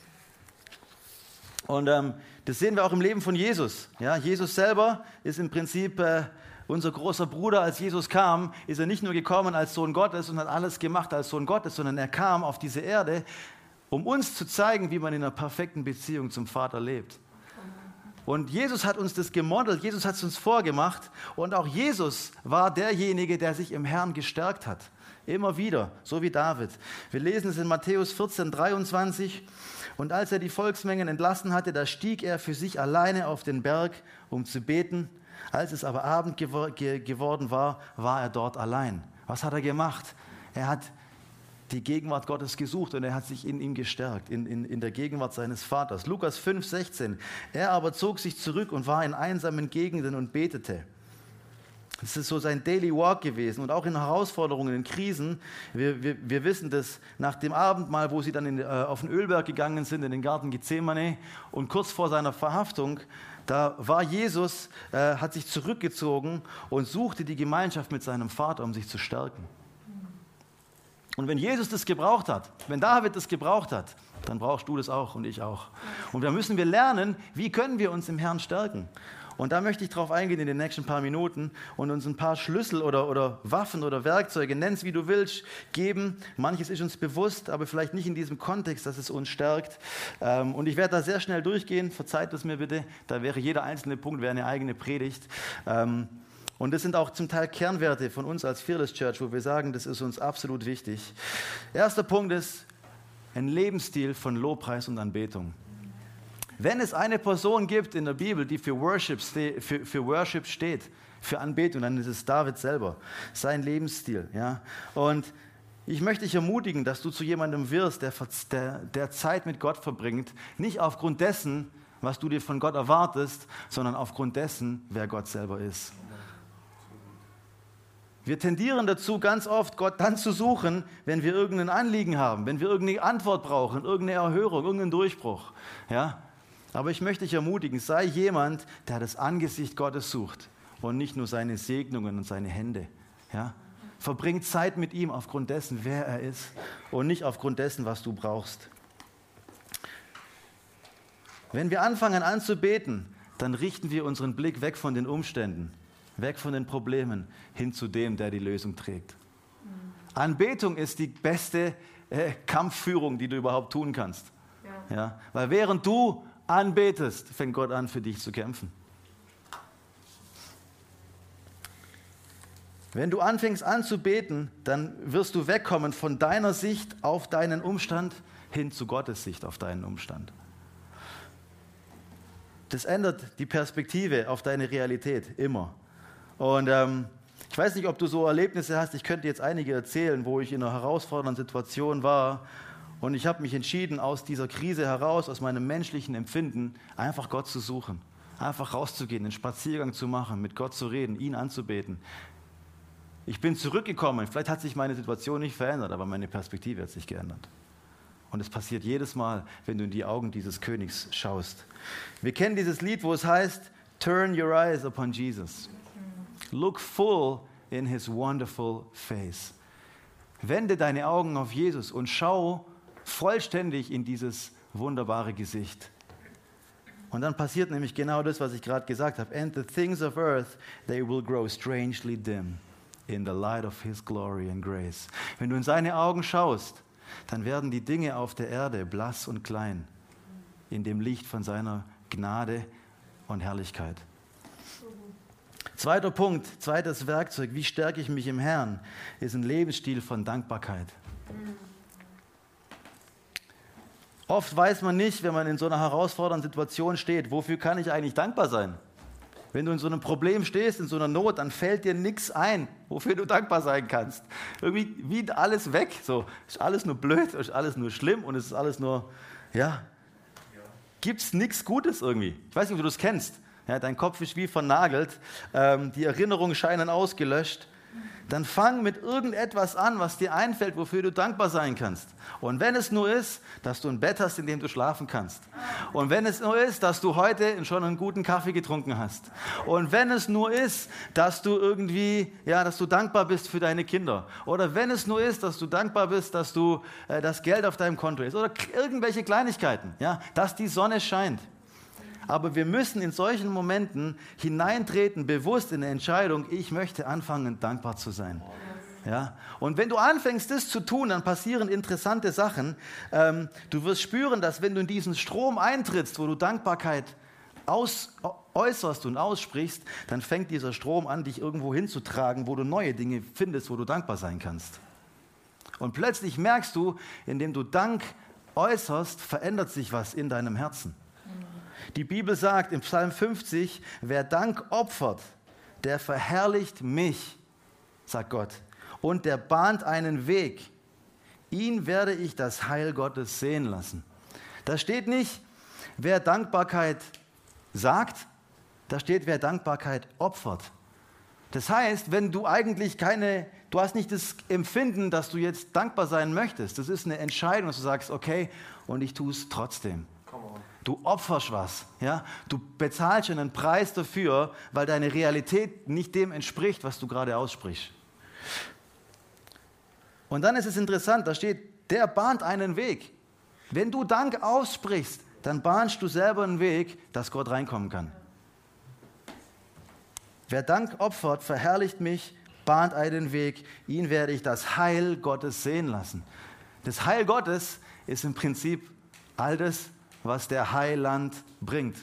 [SPEAKER 2] Und ähm, das sehen wir auch im Leben von Jesus. Ja, Jesus selber ist im Prinzip äh, unser großer Bruder. Als Jesus kam, ist er nicht nur gekommen als Sohn Gottes und hat alles gemacht als Sohn Gottes, sondern er kam auf diese Erde, um uns zu zeigen, wie man in einer perfekten Beziehung zum Vater lebt. Und Jesus hat uns das gemodelt, Jesus hat es uns vorgemacht und auch Jesus war derjenige, der sich im Herrn gestärkt hat. Immer wieder, so wie David. Wir lesen es in Matthäus vierzehn, dreiundzwanzig. Und als er die Volksmengen entlassen hatte, da stieg er für sich alleine auf den Berg, um zu beten. Als es aber Abend gewor- ge- geworden war, war er dort allein. Was hat er gemacht? Er hat die Gegenwart Gottes gesucht und er hat sich in ihm gestärkt, in, in, in der Gegenwart seines Vaters. Lukas fünf, sechzehn. Er aber zog sich zurück und war in einsamen Gegenden und betete. Das ist so sein Daily Walk gewesen und auch in Herausforderungen, in Krisen. Wir, wir, wir wissen das nach dem Abendmahl, wo sie dann in, äh, auf den Ölberg gegangen sind, in den Garten Gethsemane und kurz vor seiner Verhaftung, da war Jesus, äh, hat sich zurückgezogen und suchte die Gemeinschaft mit seinem Vater, um sich zu stärken. Und wenn Jesus das gebraucht hat, wenn David das gebraucht hat, dann brauchst du das auch und ich auch. Und da müssen wir lernen, wie können wir uns im Herrn stärken. Und da möchte ich drauf eingehen in den nächsten paar Minuten und uns ein paar Schlüssel oder, oder Waffen oder Werkzeuge, nenn es wie du willst, geben. Manches ist uns bewusst, aber vielleicht nicht in diesem Kontext, dass es uns stärkt. Und ich werde da sehr schnell durchgehen, verzeiht es mir bitte, da wäre jeder einzelne Punkt, wäre eine eigene Predigt. Und das sind auch zum Teil Kernwerte von uns als Fearless Church, wo wir sagen, das ist uns absolut wichtig. Erster Punkt ist ein Lebensstil von Lobpreis und Anbetung. Wenn es eine Person gibt in der Bibel, die für Worship, ste- für, für Worship steht, für Anbetung, dann ist es David selber, sein Lebensstil. Ja? Und ich möchte dich ermutigen, dass du zu jemandem wirst, der, der, der Zeit mit Gott verbringt, nicht aufgrund dessen, was du dir von Gott erwartest, sondern aufgrund dessen, wer Gott selber ist. Wir tendieren dazu, ganz oft Gott dann zu suchen, wenn wir irgendein Anliegen haben, wenn wir irgendeine Antwort brauchen, irgendeine Erhörung, irgendeinen Durchbruch. Ja? Aber ich möchte dich ermutigen, sei jemand, der das Angesicht Gottes sucht und nicht nur seine Segnungen und seine Hände. Ja? Verbring Zeit mit ihm aufgrund dessen, wer er ist und nicht aufgrund dessen, was du brauchst. Wenn wir anfangen anzubeten, dann richten wir unseren Blick weg von den Umständen, weg von den Problemen, hin zu dem, der die Lösung trägt. Mhm. Anbetung ist die beste äh, Kampfführung, die du überhaupt tun kannst. Ja. Ja? Weil während du anbetest, fängt Gott an, für dich zu kämpfen. Wenn du anfängst anzubeten, dann wirst du wegkommen von deiner Sicht auf deinen Umstand hin zu Gottes Sicht auf deinen Umstand. Das ändert die Perspektive auf deine Realität immer. Und ähm, ich weiß nicht, ob du so Erlebnisse hast, ich könnte jetzt einige erzählen, wo ich in einer herausfordernden Situation war und ich habe mich entschieden, aus dieser Krise heraus, aus meinem menschlichen Empfinden, einfach Gott zu suchen. Einfach rauszugehen, einen Spaziergang zu machen, mit Gott zu reden, ihn anzubeten. Ich bin zurückgekommen, vielleicht hat sich meine Situation nicht verändert, aber meine Perspektive hat sich geändert. Und es passiert jedes Mal, wenn du in die Augen dieses Königs schaust. Wir kennen dieses Lied, wo es heißt, Turn your eyes upon Jesus. Look full in his wonderful face. Wende deine Augen auf Jesus und schau vollständig in dieses wunderbare Gesicht. Und dann passiert nämlich genau das, was ich gerade gesagt habe. And the things of earth, they will grow strangely dim in the light of his glory and grace. Wenn du in seine Augen schaust, dann werden die Dinge auf der Erde blass und klein in dem Licht von seiner Gnade und Herrlichkeit. Zweiter Punkt, zweites Werkzeug, wie stärke ich mich im Herrn, ist ein Lebensstil von Dankbarkeit. Oft weiß man nicht, wenn man in so einer herausfordernden Situation steht, wofür kann ich eigentlich dankbar sein? Wenn du in so einem Problem stehst, in so einer Not, dann fällt dir nichts ein, wofür du dankbar sein kannst. Irgendwie wie alles weg, so ist alles nur blöd, ist alles nur schlimm und es ist alles nur, ja, gibt es nichts Gutes irgendwie. Ich weiß nicht, ob du das kennst. Ja, dein Kopf ist wie vernagelt, ähm, die Erinnerungen scheinen ausgelöscht. Dann fang mit irgendetwas an, was dir einfällt, wofür du dankbar sein kannst. Und wenn es nur ist, dass du ein Bett hast, in dem du schlafen kannst. Und wenn es nur ist, dass du heute schon einen guten Kaffee getrunken hast. Und wenn es nur ist, dass du irgendwie, ja, dass du dankbar bist für deine Kinder. Oder wenn es nur ist, dass du dankbar bist, dass du äh, das Geld auf deinem Konto ist. Oder irgendwelche Kleinigkeiten, ja, dass die Sonne scheint. Aber wir müssen in solchen Momenten hineintreten, bewusst in eine Entscheidung, ich möchte anfangen, dankbar zu sein. Ja? Und wenn du anfängst, das zu tun, dann passieren interessante Sachen. Ähm, du wirst spüren, dass wenn du in diesen Strom eintrittst, wo du Dankbarkeit aus, äußerst und aussprichst, dann fängt dieser Strom an, dich irgendwo hinzutragen, wo du neue Dinge findest, wo du dankbar sein kannst. Und plötzlich merkst du, indem du Dank äußerst, verändert sich was in deinem Herzen. Die Bibel sagt im Psalm fünfzig, wer Dank opfert, der verherrlicht mich, sagt Gott, und der bahnt einen Weg. Ihn werde ich das Heil Gottes sehen lassen. Da steht nicht, wer Dankbarkeit sagt, da steht, wer Dankbarkeit opfert. Das heißt, wenn du eigentlich keine, du hast nicht das Empfinden, dass du jetzt dankbar sein möchtest, das ist eine Entscheidung, dass du sagst, okay, und ich tue es trotzdem. Du opferst was, ja? Du bezahlst einen Preis dafür, weil deine Realität nicht dem entspricht, was du gerade aussprichst. Und dann ist es interessant, da steht, der bahnt einen Weg. Wenn du Dank aussprichst, dann bahnst du selber einen Weg, dass Gott reinkommen kann. Wer Dank opfert, verherrlicht mich, bahnt einen Weg, ihn werde ich das Heil Gottes sehen lassen. Das Heil Gottes ist im Prinzip all das, was der Heiland bringt.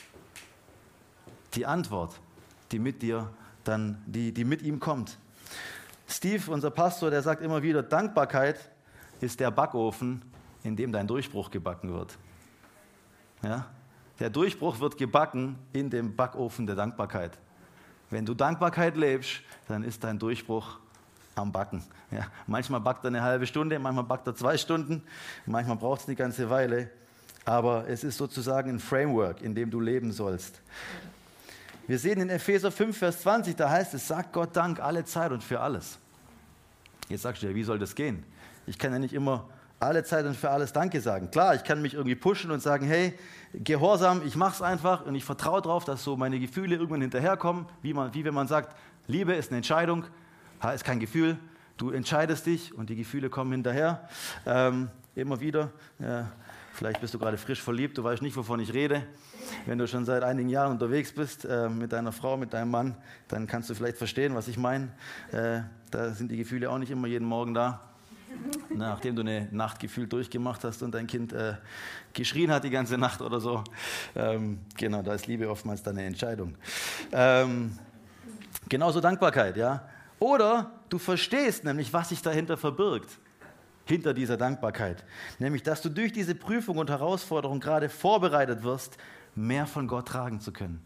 [SPEAKER 2] Die Antwort, die mit dir dann, die, die mit ihm kommt. Steve, unser Pastor, der sagt immer wieder, Dankbarkeit ist der Backofen, in dem dein Durchbruch gebacken wird. Ja? Der Durchbruch wird gebacken in dem Backofen der Dankbarkeit. Wenn du Dankbarkeit lebst, dann ist dein Durchbruch am Backen. Ja? Manchmal backt er eine halbe Stunde, manchmal backt er zwei Stunden, manchmal braucht es eine ganze Weile. Aber es ist sozusagen ein Framework, in dem du leben sollst. Wir sehen in Epheser fünf, Vers zwanzig, da heißt es, sag Gott Dank alle Zeit und für alles. Jetzt sagst du ja, wie soll das gehen? Ich kann ja nicht immer alle Zeit und für alles Danke sagen. Klar, ich kann mich irgendwie pushen und sagen, hey, Gehorsam, ich mach's einfach und ich vertraue darauf, dass so meine Gefühle irgendwann hinterherkommen, wie, man, wie wenn man sagt, Liebe ist eine Entscheidung, ist kein Gefühl, du entscheidest dich und die Gefühle kommen hinterher, ähm, immer wieder. Ja. Vielleicht bist du gerade frisch verliebt, du weißt nicht, wovon ich rede. Wenn du schon seit einigen Jahren unterwegs bist äh, mit deiner Frau, mit deinem Mann, dann kannst du vielleicht verstehen, was ich meine. Äh, da sind die Gefühle auch nicht immer jeden Morgen da. Nachdem du eine Nacht gefühlt durchgemacht hast und dein Kind äh, geschrien hat die ganze Nacht oder so. Ähm, genau, da ist Liebe oftmals dann eine Entscheidung. Ähm, genauso Dankbarkeit, ja. Oder du verstehst nämlich, was sich dahinter verbirgt. Hinter dieser Dankbarkeit. Nämlich, dass du durch diese Prüfung und Herausforderung gerade vorbereitet wirst, mehr von Gott tragen zu können.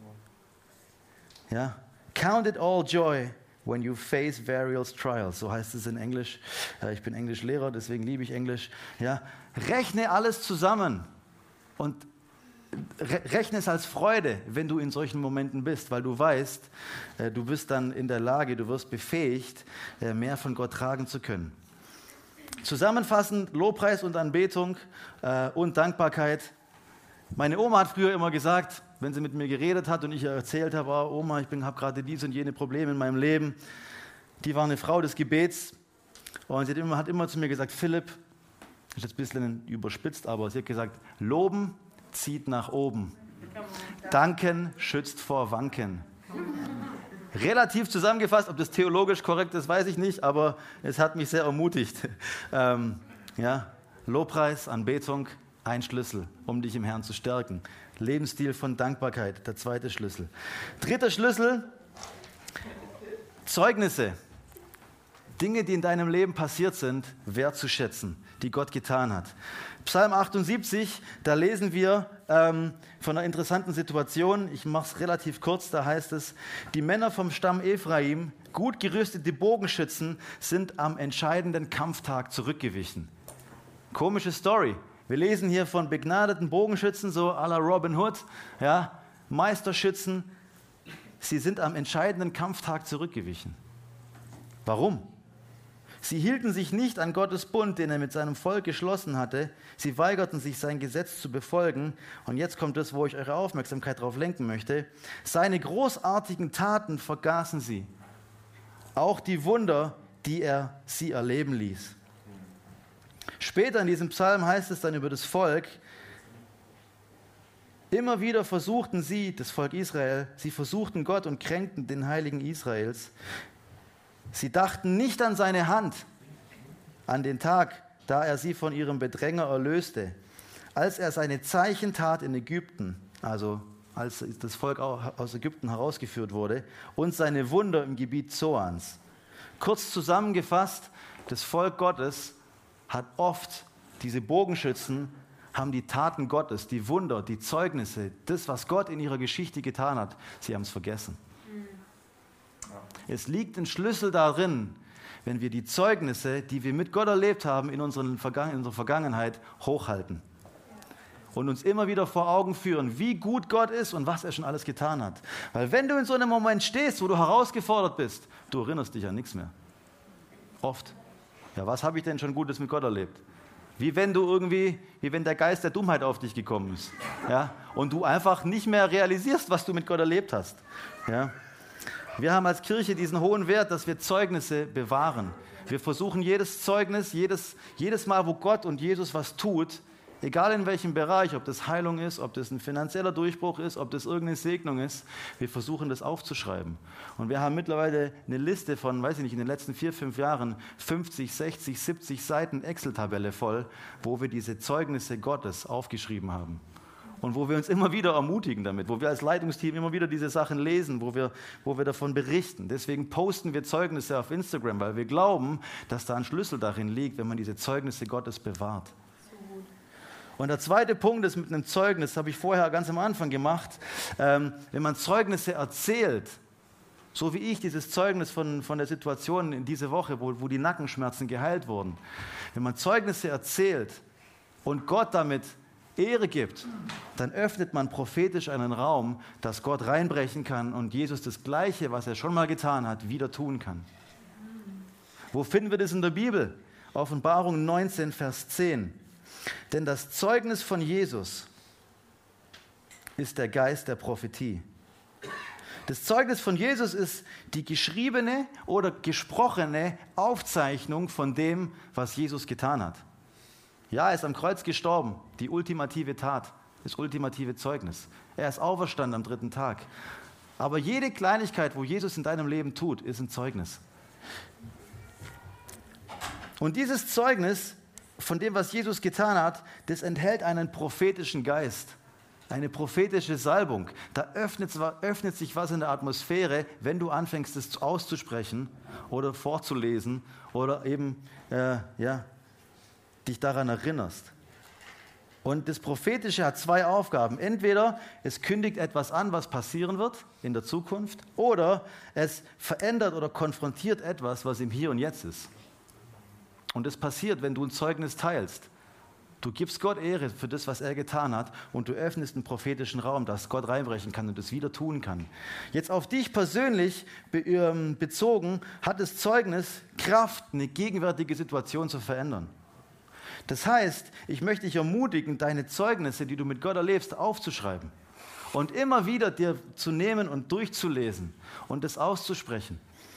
[SPEAKER 2] Ja? Count it all joy when you face various trials. So heißt es in Englisch. Ich bin Englischlehrer, deswegen liebe ich Englisch. Ja? Rechne alles zusammen und rechne es als Freude, wenn du in solchen Momenten bist, weil du weißt, du bist dann in der Lage, du wirst befähigt, mehr von Gott tragen zu können. Zusammenfassend, Lobpreis und Anbetung äh, und Dankbarkeit. Meine Oma hat früher immer gesagt, wenn sie mit mir geredet hat und ich ihr erzählt habe, oh, Oma, ich habe gerade dies und jene Probleme in meinem Leben. Die war eine Frau des Gebets und sie hat immer, hat immer zu mir gesagt, Philipp, das ist jetzt ein bisschen überspitzt, aber sie hat gesagt, Loben zieht nach oben. Danken schützt vor Wanken. Relativ zusammengefasst, ob das theologisch korrekt ist, weiß ich nicht, aber es hat mich sehr ermutigt. Ähm, ja, Lobpreis, Anbetung, ein Schlüssel, um dich im Herrn zu stärken. Lebensstil von Dankbarkeit, der zweite Schlüssel. Dritter Schlüssel, Zeugnisse. Dinge, die in deinem Leben passiert sind, wertzuschätzen, die Gott getan hat. Psalm achtundsiebzig, da lesen wir ähm, von einer interessanten Situation. Ich mache es relativ kurz, da heißt es, die Männer vom Stamm Ephraim, gut gerüstete Bogenschützen, sind am entscheidenden Kampftag zurückgewichen. Komische Story. Wir lesen hier von begnadeten Bogenschützen, so à la Robin Hood, ja, Meisterschützen. Sie sind am entscheidenden Kampftag zurückgewichen. Warum? Sie hielten sich nicht an Gottes Bund, den er mit seinem Volk geschlossen hatte. Sie weigerten sich, sein Gesetz zu befolgen. Und jetzt kommt das, wo ich eure Aufmerksamkeit darauf lenken möchte. Seine großartigen Taten vergaßen sie. Auch die Wunder, die er sie erleben ließ. Später in diesem Psalm heißt es dann über das Volk, immer wieder versuchten sie, das Volk Israel, sie versuchten Gott und kränkten den Heiligen Israels. Sie dachten nicht an seine Hand, an den Tag, da er sie von ihrem Bedränger erlöste, als er seine Zeichen tat in Ägypten, also als das Volk aus Ägypten herausgeführt wurde, und seine Wunder im Gebiet Zoans. Kurz zusammengefasst, das Volk Gottes hat oft, diese Bogenschützen, haben die Taten Gottes, die Wunder, die Zeugnisse, das, was Gott in ihrer Geschichte getan hat, sie haben es vergessen. Es liegt ein Schlüssel darin, wenn wir die Zeugnisse, die wir mit Gott erlebt haben, in, unseren Vergangen- in unserer Vergangenheit hochhalten und uns immer wieder vor Augen führen, wie gut Gott ist und was er schon alles getan hat. Weil wenn du in so einem Moment stehst, wo du herausgefordert bist, du erinnerst dich an nichts mehr. Oft. Ja, was habe ich denn schon Gutes mit Gott erlebt? Wie wenn du irgendwie, wie wenn der Geist der Dummheit auf dich gekommen ist. Ja? Und du einfach nicht mehr realisierst, was du mit Gott erlebt hast. Ja? Wir haben als Kirche diesen hohen Wert, dass wir Zeugnisse bewahren. Wir versuchen jedes Zeugnis, jedes, jedes Mal, wo Gott und Jesus was tut, egal in welchem Bereich, ob das Heilung ist, ob das ein finanzieller Durchbruch ist, ob das irgendeine Segnung ist, wir versuchen das aufzuschreiben. Und wir haben mittlerweile eine Liste von, weiß ich nicht, in den letzten vier, fünf Jahren fünfzig, sechzig, siebzig Seiten Excel-Tabelle voll, wo wir diese Zeugnisse Gottes aufgeschrieben haben. Und wo wir uns immer wieder ermutigen damit, wo wir als Leitungsteam immer wieder diese Sachen lesen, wo wir, wo wir davon berichten. Deswegen posten wir Zeugnisse auf Instagram, weil wir glauben, dass da ein Schlüssel darin liegt, wenn man diese Zeugnisse Gottes bewahrt. Und der zweite Punkt ist mit einem Zeugnis, das habe ich vorher ganz am Anfang gemacht, ähm, wenn man Zeugnisse erzählt, so wie ich dieses Zeugnis von, von der Situation in dieser Woche, wo, wo die Nackenschmerzen geheilt wurden, wenn man Zeugnisse erzählt und Gott damit Ehre gibt, dann öffnet man prophetisch einen Raum, dass Gott reinbrechen kann und Jesus das Gleiche, was er schon mal getan hat, wieder tun kann. Wo finden wir das in der Bibel? Offenbarung neunzehn, Vers zehn. Denn das Zeugnis von Jesus ist der Geist der Prophetie. Das Zeugnis von Jesus ist die geschriebene oder gesprochene Aufzeichnung von dem, was Jesus getan hat. Ja, er ist am Kreuz gestorben, die ultimative Tat, das ultimative Zeugnis. Er ist auferstanden am dritten Tag. Aber jede Kleinigkeit, wo Jesus in deinem Leben tut, ist ein Zeugnis. Und dieses Zeugnis von dem, was Jesus getan hat, das enthält einen prophetischen Geist, eine prophetische Salbung. Da öffnet, öffnet sich was in der Atmosphäre, wenn du anfängst, es auszusprechen oder vorzulesen oder eben, äh, ja, dich daran erinnerst. Und das Prophetische hat zwei Aufgaben. Entweder es kündigt etwas an, was passieren wird in der Zukunft, oder es verändert oder konfrontiert etwas, was im Hier und Jetzt ist. Und das passiert, wenn du ein Zeugnis teilst. Du gibst Gott Ehre für das, was er getan hat, und du öffnest einen prophetischen Raum, dass Gott reinbrechen kann und das wieder tun kann. Jetzt auf dich persönlich bezogen hat das Zeugnis Kraft, eine gegenwärtige Situation zu verändern. Das heißt, ich möchte dich ermutigen, deine Zeugnisse, die du mit Gott erlebst, aufzuschreiben und immer wieder dir zu nehmen und durchzulesen und das auszusprechen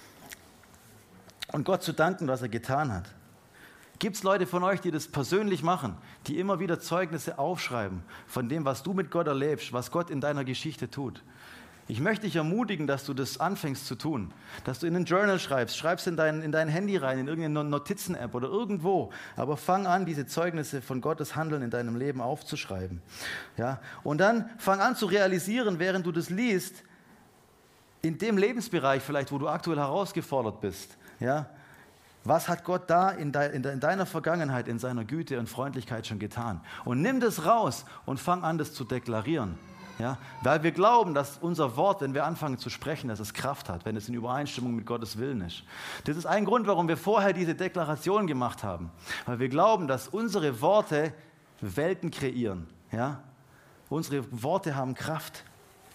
[SPEAKER 2] und Gott zu danken, was er getan hat. Gibt es Leute von euch, die das persönlich machen, die immer wieder Zeugnisse aufschreiben von dem, was du mit Gott erlebst, was Gott in deiner Geschichte tut? Ich möchte dich ermutigen, dass du das anfängst zu tun, dass du in ein Journal schreibst, schreibst in dein, in dein Handy rein, in irgendeine Notizen-App oder irgendwo, aber fang an, diese Zeugnisse von Gottes Handeln in deinem Leben aufzuschreiben. Ja? Und dann fang an zu realisieren, während du das liest, in dem Lebensbereich vielleicht, wo du aktuell herausgefordert bist, ja, was hat Gott da in, de, in, de, in deiner Vergangenheit, in seiner Güte und Freundlichkeit schon getan? Und nimm das raus und fang an, das zu deklarieren. Ja? Weil wir glauben, dass unser Wort, wenn wir anfangen zu sprechen, dass es Kraft hat, wenn es in Übereinstimmung mit Gottes Willen ist. Das ist ein Grund, warum wir vorher diese Deklaration gemacht haben. Weil wir glauben, dass unsere Worte Welten kreieren. Ja? Unsere Worte haben Kraft.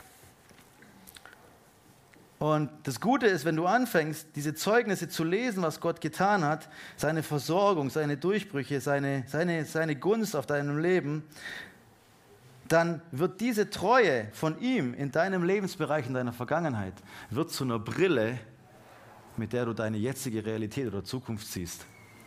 [SPEAKER 2] Und das Gute ist, wenn du anfängst, diese Zeugnisse zu lesen, was Gott getan hat, seine Versorgung, seine Durchbrüche, seine, seine, seine Gunst auf deinem Leben, dann wird diese Treue von ihm in deinem Lebensbereich, in deiner Vergangenheit, wird zu einer Brille, mit der du deine jetzige Realität oder Zukunft siehst.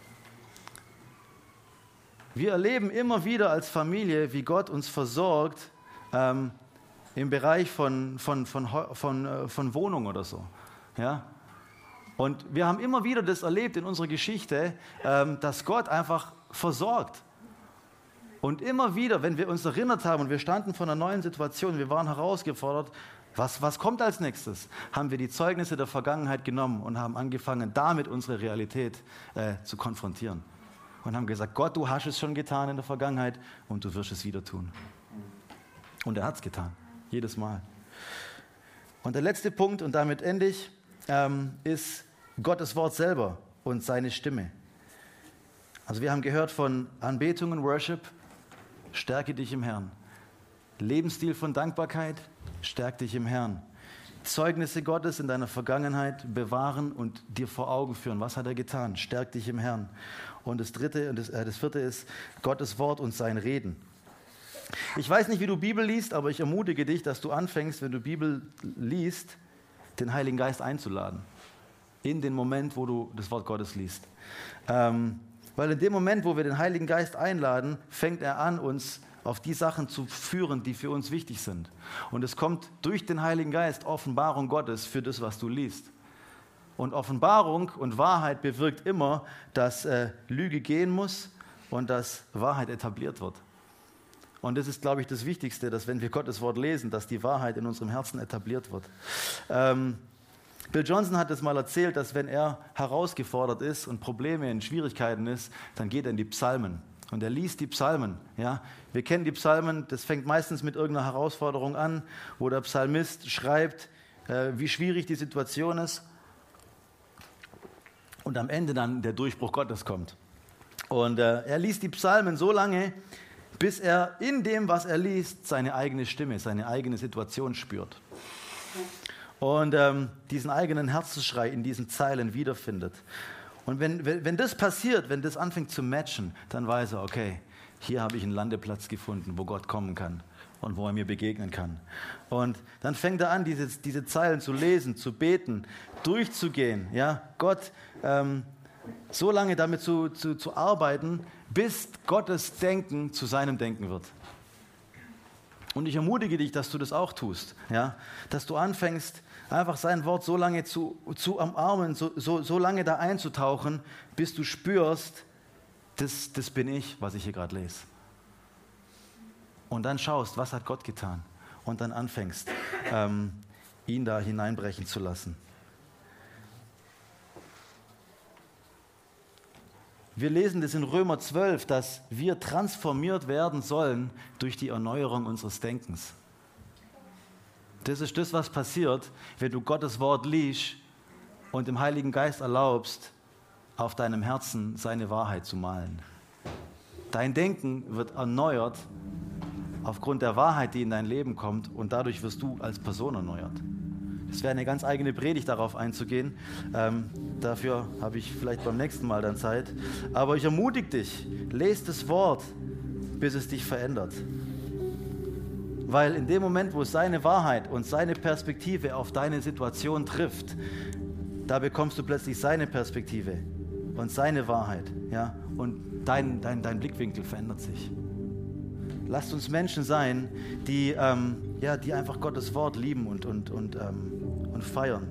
[SPEAKER 2] Wir erleben immer wieder als Familie, wie Gott uns versorgt, ähm, im Bereich von, von, von, von, von Wohnung oder so. Ja? Und wir haben immer wieder das erlebt in unserer Geschichte, ähm, dass Gott einfach versorgt. Und immer wieder, wenn wir uns erinnert haben und wir standen vor einer neuen Situation, wir waren herausgefordert, was, was kommt als nächstes, haben wir die Zeugnisse der Vergangenheit genommen und haben angefangen, damit unsere Realität äh, zu konfrontieren. Und haben gesagt, Gott, du hast es schon getan in der Vergangenheit und du wirst es wieder tun. Und er hat es getan. Jedes Mal. Und der letzte Punkt, und damit ende ich, ähm, ist Gottes Wort selber und seine Stimme. Also wir haben gehört von Anbetung und Worship, stärke dich im Herrn. Lebensstil von Dankbarkeit, stärk dich im Herrn. Zeugnisse Gottes in deiner Vergangenheit bewahren und dir vor Augen führen. Was hat er getan? Stärk dich im Herrn. Und das dritte und das, äh, das vierte ist Gottes Wort und sein Reden. Ich weiß nicht, wie du Bibel liest, aber ich ermutige dich, dass du anfängst, wenn du Bibel liest, den Heiligen Geist einzuladen. In den Moment, wo du das Wort Gottes liest. Ähm, weil in dem Moment, wo wir den Heiligen Geist einladen, fängt er an, uns auf die Sachen zu führen, die für uns wichtig sind. Und es kommt durch den Heiligen Geist Offenbarung Gottes für das, was du liest. Und Offenbarung und Wahrheit bewirkt immer, dass äh, Lüge gehen muss und dass Wahrheit etabliert wird. Und das ist, glaube ich, das Wichtigste, dass wenn wir Gottes Wort lesen, dass die Wahrheit in unserem Herzen etabliert wird. Ähm, Bill Johnson hat es mal erzählt, dass wenn er herausgefordert ist und Probleme und Schwierigkeiten ist, dann geht er in die Psalmen. Und er liest die Psalmen. Ja? Wir kennen die Psalmen, das fängt meistens mit irgendeiner Herausforderung an, wo der Psalmist schreibt, äh, wie schwierig die Situation ist. Und am Ende dann der Durchbruch Gottes kommt. Und äh, er liest die Psalmen so lange, bis er in dem, was er liest, seine eigene Stimme, seine eigene Situation spürt. Und ähm, diesen eigenen Herzensschrei in diesen Zeilen wiederfindet. Und wenn, wenn, wenn das passiert, wenn das anfängt zu matchen, dann weiß er, okay, hier habe ich einen Landeplatz gefunden, wo Gott kommen kann und wo er mir begegnen kann. Und dann fängt er an, diese, diese Zeilen zu lesen, zu beten, durchzugehen. Ja? Gott, ähm, so lange damit zu, zu, zu arbeiten, bis Gottes Denken zu seinem Denken wird. Und ich ermutige dich, dass du das auch tust. Ja? Dass du anfängst, einfach sein Wort so lange zu, zu umarmen, so, so, so lange da einzutauchen, bis du spürst, das, das bin ich, was ich hier gerade lese. Und dann schaust, was hat Gott getan? Und dann anfängst, ähm, ihn da hineinbrechen zu lassen. Wir lesen das in Römer zwölf, dass wir transformiert werden sollen durch die Erneuerung unseres Denkens. Das ist das, was passiert, wenn du Gottes Wort liest und dem Heiligen Geist erlaubst, auf deinem Herzen seine Wahrheit zu malen. Dein Denken wird erneuert aufgrund der Wahrheit, die in dein Leben kommt, und dadurch wirst du als Person erneuert. Es wäre eine ganz eigene Predigt, darauf einzugehen. Ähm, dafür habe ich vielleicht beim nächsten Mal dann Zeit. Aber ich ermutige dich, lest das Wort, bis es dich verändert. Weil in dem Moment, wo seine Wahrheit und seine Perspektive auf deine Situation trifft, da bekommst du plötzlich seine Perspektive und seine Wahrheit. Ja? Und dein, dein, dein Blickwinkel verändert sich. Lasst uns Menschen sein, die, ähm, ja, die einfach Gottes Wort lieben und, und, und, ähm, und feiern.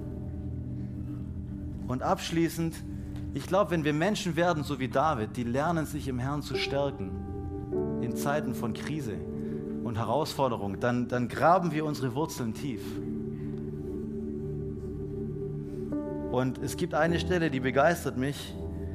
[SPEAKER 2] Und abschließend, ich glaube, wenn wir Menschen werden, so wie David, die lernen, sich im Herrn zu stärken, in Zeiten von Krise und Herausforderung, dann, dann graben wir unsere Wurzeln tief. Und es gibt eine Stelle, die begeistert mich,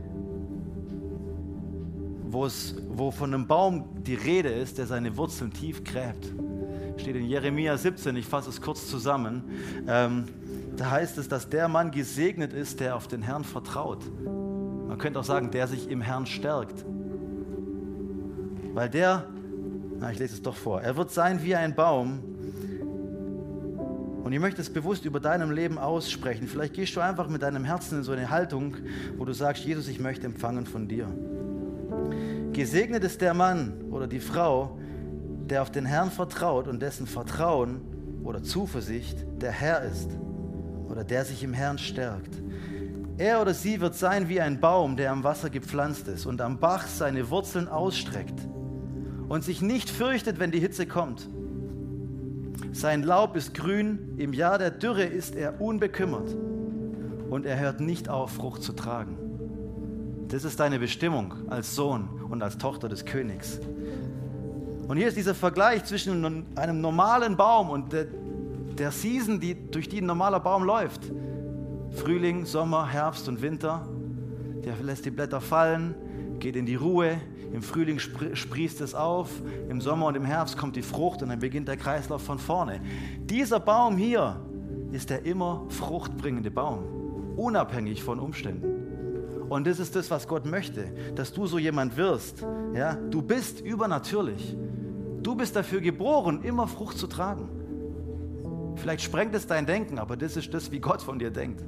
[SPEAKER 2] wo, es, wo von einem Baum die Rede ist, der seine Wurzeln tief gräbt. Steht in Jeremia siebzehn, ich fasse es kurz zusammen. Ähm, da heißt es, dass der Mann gesegnet ist, der auf den Herrn vertraut. Man könnte auch sagen, der sich im Herrn stärkt. Weil der, na, ich lese es doch vor, er wird sein wie ein Baum. Und ich möchte es bewusst über deinem Leben aussprechen. Vielleicht gehst du einfach mit deinem Herzen in so eine Haltung, wo du sagst, Jesus, ich möchte empfangen von dir. Gesegnet ist der Mann oder die Frau, der auf den Herrn vertraut und dessen Vertrauen oder Zuversicht der Herr ist oder der sich im Herrn stärkt. Er oder sie wird sein wie ein Baum, der am Wasser gepflanzt ist und am Bach seine Wurzeln ausstreckt und sich nicht fürchtet, wenn die Hitze kommt. Sein Laub ist grün, im Jahr der Dürre ist er unbekümmert und er hört nicht auf, Frucht zu tragen. Das ist deine Bestimmung als Sohn und als Tochter des Königs. Und hier ist dieser Vergleich zwischen einem normalen Baum und der, der Season, die, durch die ein normaler Baum läuft. Frühling, Sommer, Herbst und Winter. Der lässt die Blätter fallen, geht in die Ruhe. Im Frühling sprießt es auf, im Sommer und im Herbst kommt die Frucht und dann beginnt der Kreislauf von vorne. Dieser Baum hier ist der immer fruchtbringende Baum, unabhängig von Umständen. Und das ist das, was Gott möchte, dass du so jemand wirst. Ja? Du bist übernatürlich. Du bist dafür geboren, immer Frucht zu tragen. Vielleicht sprengt es dein Denken, aber das ist das, wie Gott von dir denkt.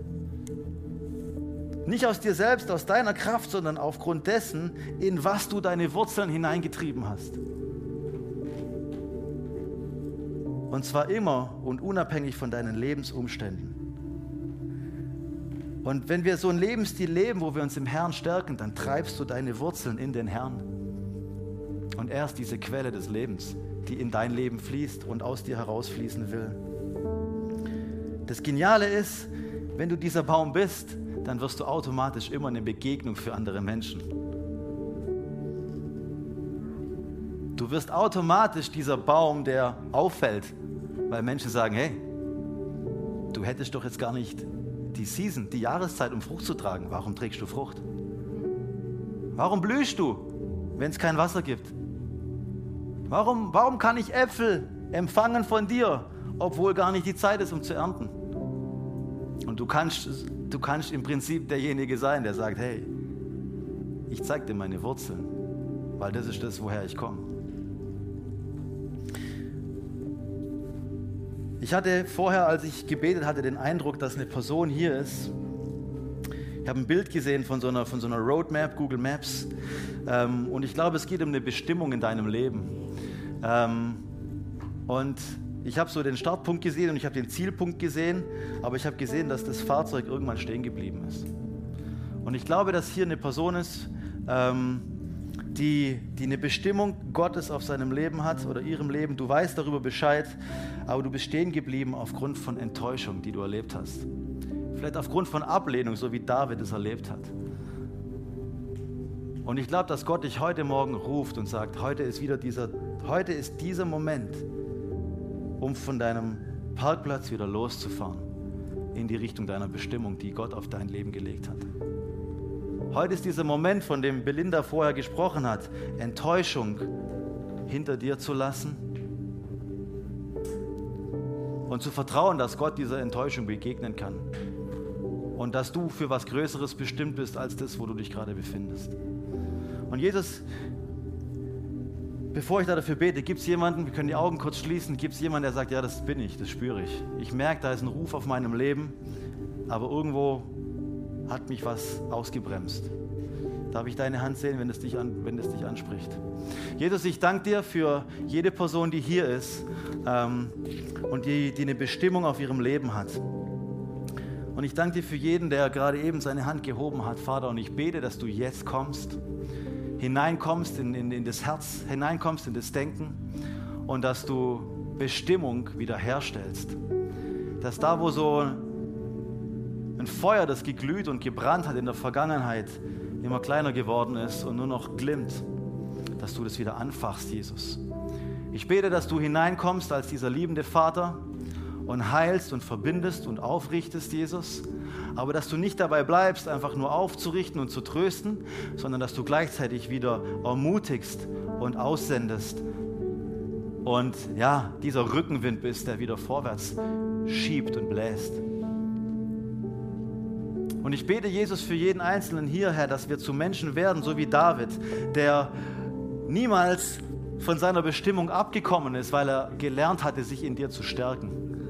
[SPEAKER 2] Nicht aus dir selbst, aus deiner Kraft, sondern aufgrund dessen, in was du deine Wurzeln hineingetrieben hast. Und zwar immer und unabhängig von deinen Lebensumständen. Und wenn wir so einen Lebensstil leben, wo wir uns im Herrn stärken, dann treibst du deine Wurzeln in den Herrn. Und er ist diese Quelle des Lebens, die in dein Leben fließt und aus dir herausfließen will. Das Geniale ist, wenn du dieser Baum bist, dann wirst du automatisch immer eine Begegnung für andere Menschen. Du wirst automatisch dieser Baum, der auffällt, weil Menschen sagen, hey, du hättest doch jetzt gar nicht die Season, die Jahreszeit, um Frucht zu tragen. Warum trägst du Frucht? Warum blühst du, wenn es kein Wasser gibt? Warum, warum kann ich Äpfel empfangen von dir, obwohl gar nicht die Zeit ist, um zu ernten? Und du kannst, du kannst im Prinzip derjenige sein, der sagt, hey, ich zeig dir meine Wurzeln, weil das ist das, woher ich komme. Ich hatte vorher, als ich gebetet hatte, den Eindruck, dass eine Person hier ist. Ich habe ein Bild gesehen von so einer, von so einer Roadmap, Google Maps. Ähm, und ich glaube, es geht um eine Bestimmung in deinem Leben. Ähm, und ich habe so den Startpunkt gesehen und ich habe den Zielpunkt gesehen, aber ich habe gesehen, dass das Fahrzeug irgendwann stehen geblieben ist. Und ich glaube, dass hier eine Person ist, ähm, die, die eine Bestimmung Gottes auf seinem Leben hat oder ihrem Leben. Du weißt darüber Bescheid, aber du bist stehen geblieben aufgrund von Enttäuschung, die du erlebt hast. Vielleicht aufgrund von Ablehnung, so wie David es erlebt hat. Und ich glaube, dass Gott dich heute Morgen ruft und sagt, heute ist wieder dieser, heute ist dieser Moment, um von deinem Parkplatz wieder loszufahren in die Richtung deiner Bestimmung, die Gott auf dein Leben gelegt hat. Heute ist dieser Moment, von dem Belinda vorher gesprochen hat, Enttäuschung hinter dir zu lassen und zu vertrauen, dass Gott dieser Enttäuschung begegnen kann und dass du für was Größeres bestimmt bist als das, wo du dich gerade befindest. Und Jesus, bevor ich da dafür bete, gibt es jemanden, wir können die Augen kurz schließen, gibt es jemanden, der sagt, ja, das bin ich, das spüre ich. Ich merke, da ist ein Ruf auf meinem Leben, aber irgendwo hat mich was ausgebremst. Darf ich deine Hand sehen, wenn es dich, an, wenn es dich anspricht? Jesus, ich danke dir für jede Person, die hier ist ähm, und die, die eine Bestimmung auf ihrem Leben hat. Und ich danke dir für jeden, der gerade eben seine Hand gehoben hat, Vater, und ich bete, dass du jetzt kommst, hineinkommst in, in, in das Herz, hineinkommst in das Denken und dass du Bestimmung wiederherstellst. Dass da, wo so ein Feuer, das geglüht und gebrannt hat in der Vergangenheit, immer kleiner geworden ist und nur noch glimmt, dass du das wieder anfachst, Jesus. Ich bete, dass du hineinkommst als dieser liebende Vater und heilst und verbindest und aufrichtest, Jesus, aber dass du nicht dabei bleibst, einfach nur aufzurichten und zu trösten, sondern dass du gleichzeitig wieder ermutigst und aussendest und ja, dieser Rückenwind bist, der wieder vorwärts schiebt und bläst. Und ich bete, Jesus, für jeden Einzelnen hier, Herr, dass wir zu Menschen werden, so wie David, der niemals von seiner Bestimmung abgekommen ist, weil er gelernt hatte, sich in dir zu stärken.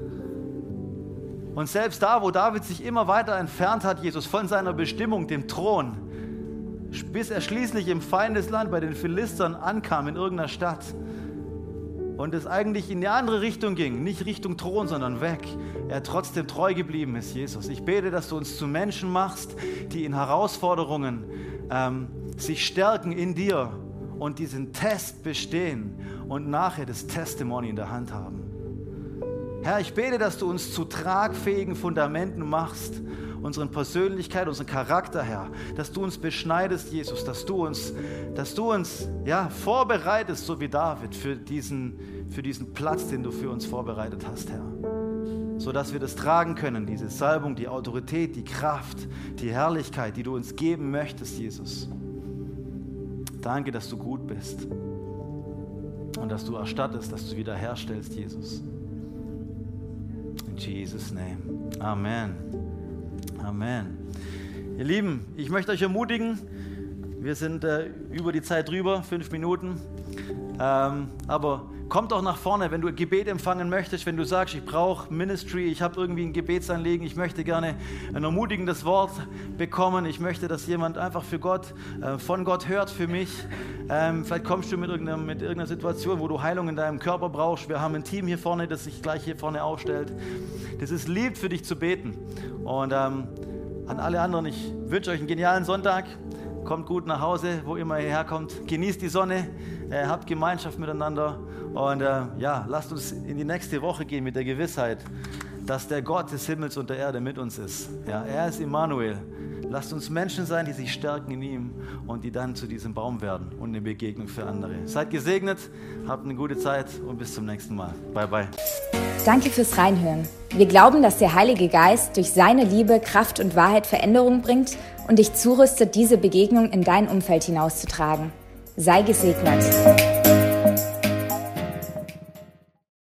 [SPEAKER 2] Und selbst da, wo David sich immer weiter entfernt hat, Jesus, von seiner Bestimmung, dem Thron, bis er schließlich im Feindesland bei den Philistern ankam, in irgendeiner Stadt, und es eigentlich in die andere Richtung ging, nicht Richtung Thron, sondern weg, er trotzdem treu geblieben ist, Jesus. Ich bete, dass du uns zu Menschen machst, die in Herausforderungen ähm, sich stärken in dir und diesen Test bestehen und nachher das Testimony in der Hand haben. Herr, ich bete, dass du uns zu tragfähigen Fundamenten machst, unseren Persönlichkeit, unseren Charakter, Herr, dass du uns beschneidest, Jesus, dass du uns, dass du uns ja, vorbereitest, so wie David, für diesen, für diesen Platz, den du für uns vorbereitet hast, Herr. Sodass wir das tragen können, diese Salbung, die Autorität, die Kraft, die Herrlichkeit, die du uns geben möchtest, Jesus. Danke, dass du gut bist und dass du erstattest, dass du wiederherstellst, Jesus. In Jesus' name. Amen. Amen. Ihr Lieben, ich möchte euch ermutigen, wir sind äh, über die Zeit drüber, fünf Minuten, ähm, aber kommt doch nach vorne, wenn du Gebet empfangen möchtest, wenn du sagst, ich brauche Ministry, ich habe irgendwie ein Gebetsanliegen, ich möchte gerne ein ermutigendes Wort bekommen, ich möchte, dass jemand einfach für Gott, äh, von Gott hört für mich. Ähm, vielleicht kommst du mit irgendeiner, mit irgendeiner Situation, wo du Heilung in deinem Körper brauchst. Wir haben ein Team hier vorne, das sich gleich hier vorne aufstellt. Das ist lieb für dich zu beten. Und ähm, an alle anderen, ich wünsche euch einen genialen Sonntag. Kommt gut nach Hause, wo immer ihr herkommt. Genießt die Sonne, äh, habt Gemeinschaft miteinander. Und äh, ja, lasst uns in die nächste Woche gehen mit der Gewissheit, dass der Gott des Himmels und der Erde mit uns ist. Ja, er ist Immanuel. Lasst uns Menschen sein, die sich stärken in ihm und die dann zu diesem Baum werden und eine Begegnung für andere. Seid gesegnet, habt eine gute Zeit und bis zum nächsten Mal. Bye, bye.
[SPEAKER 1] Danke fürs Reinhören. Wir glauben, dass der Heilige Geist durch seine Liebe, Kraft und Wahrheit Veränderung bringt und dich zurüstet, diese Begegnung in dein Umfeld hinauszutragen. Sei gesegnet.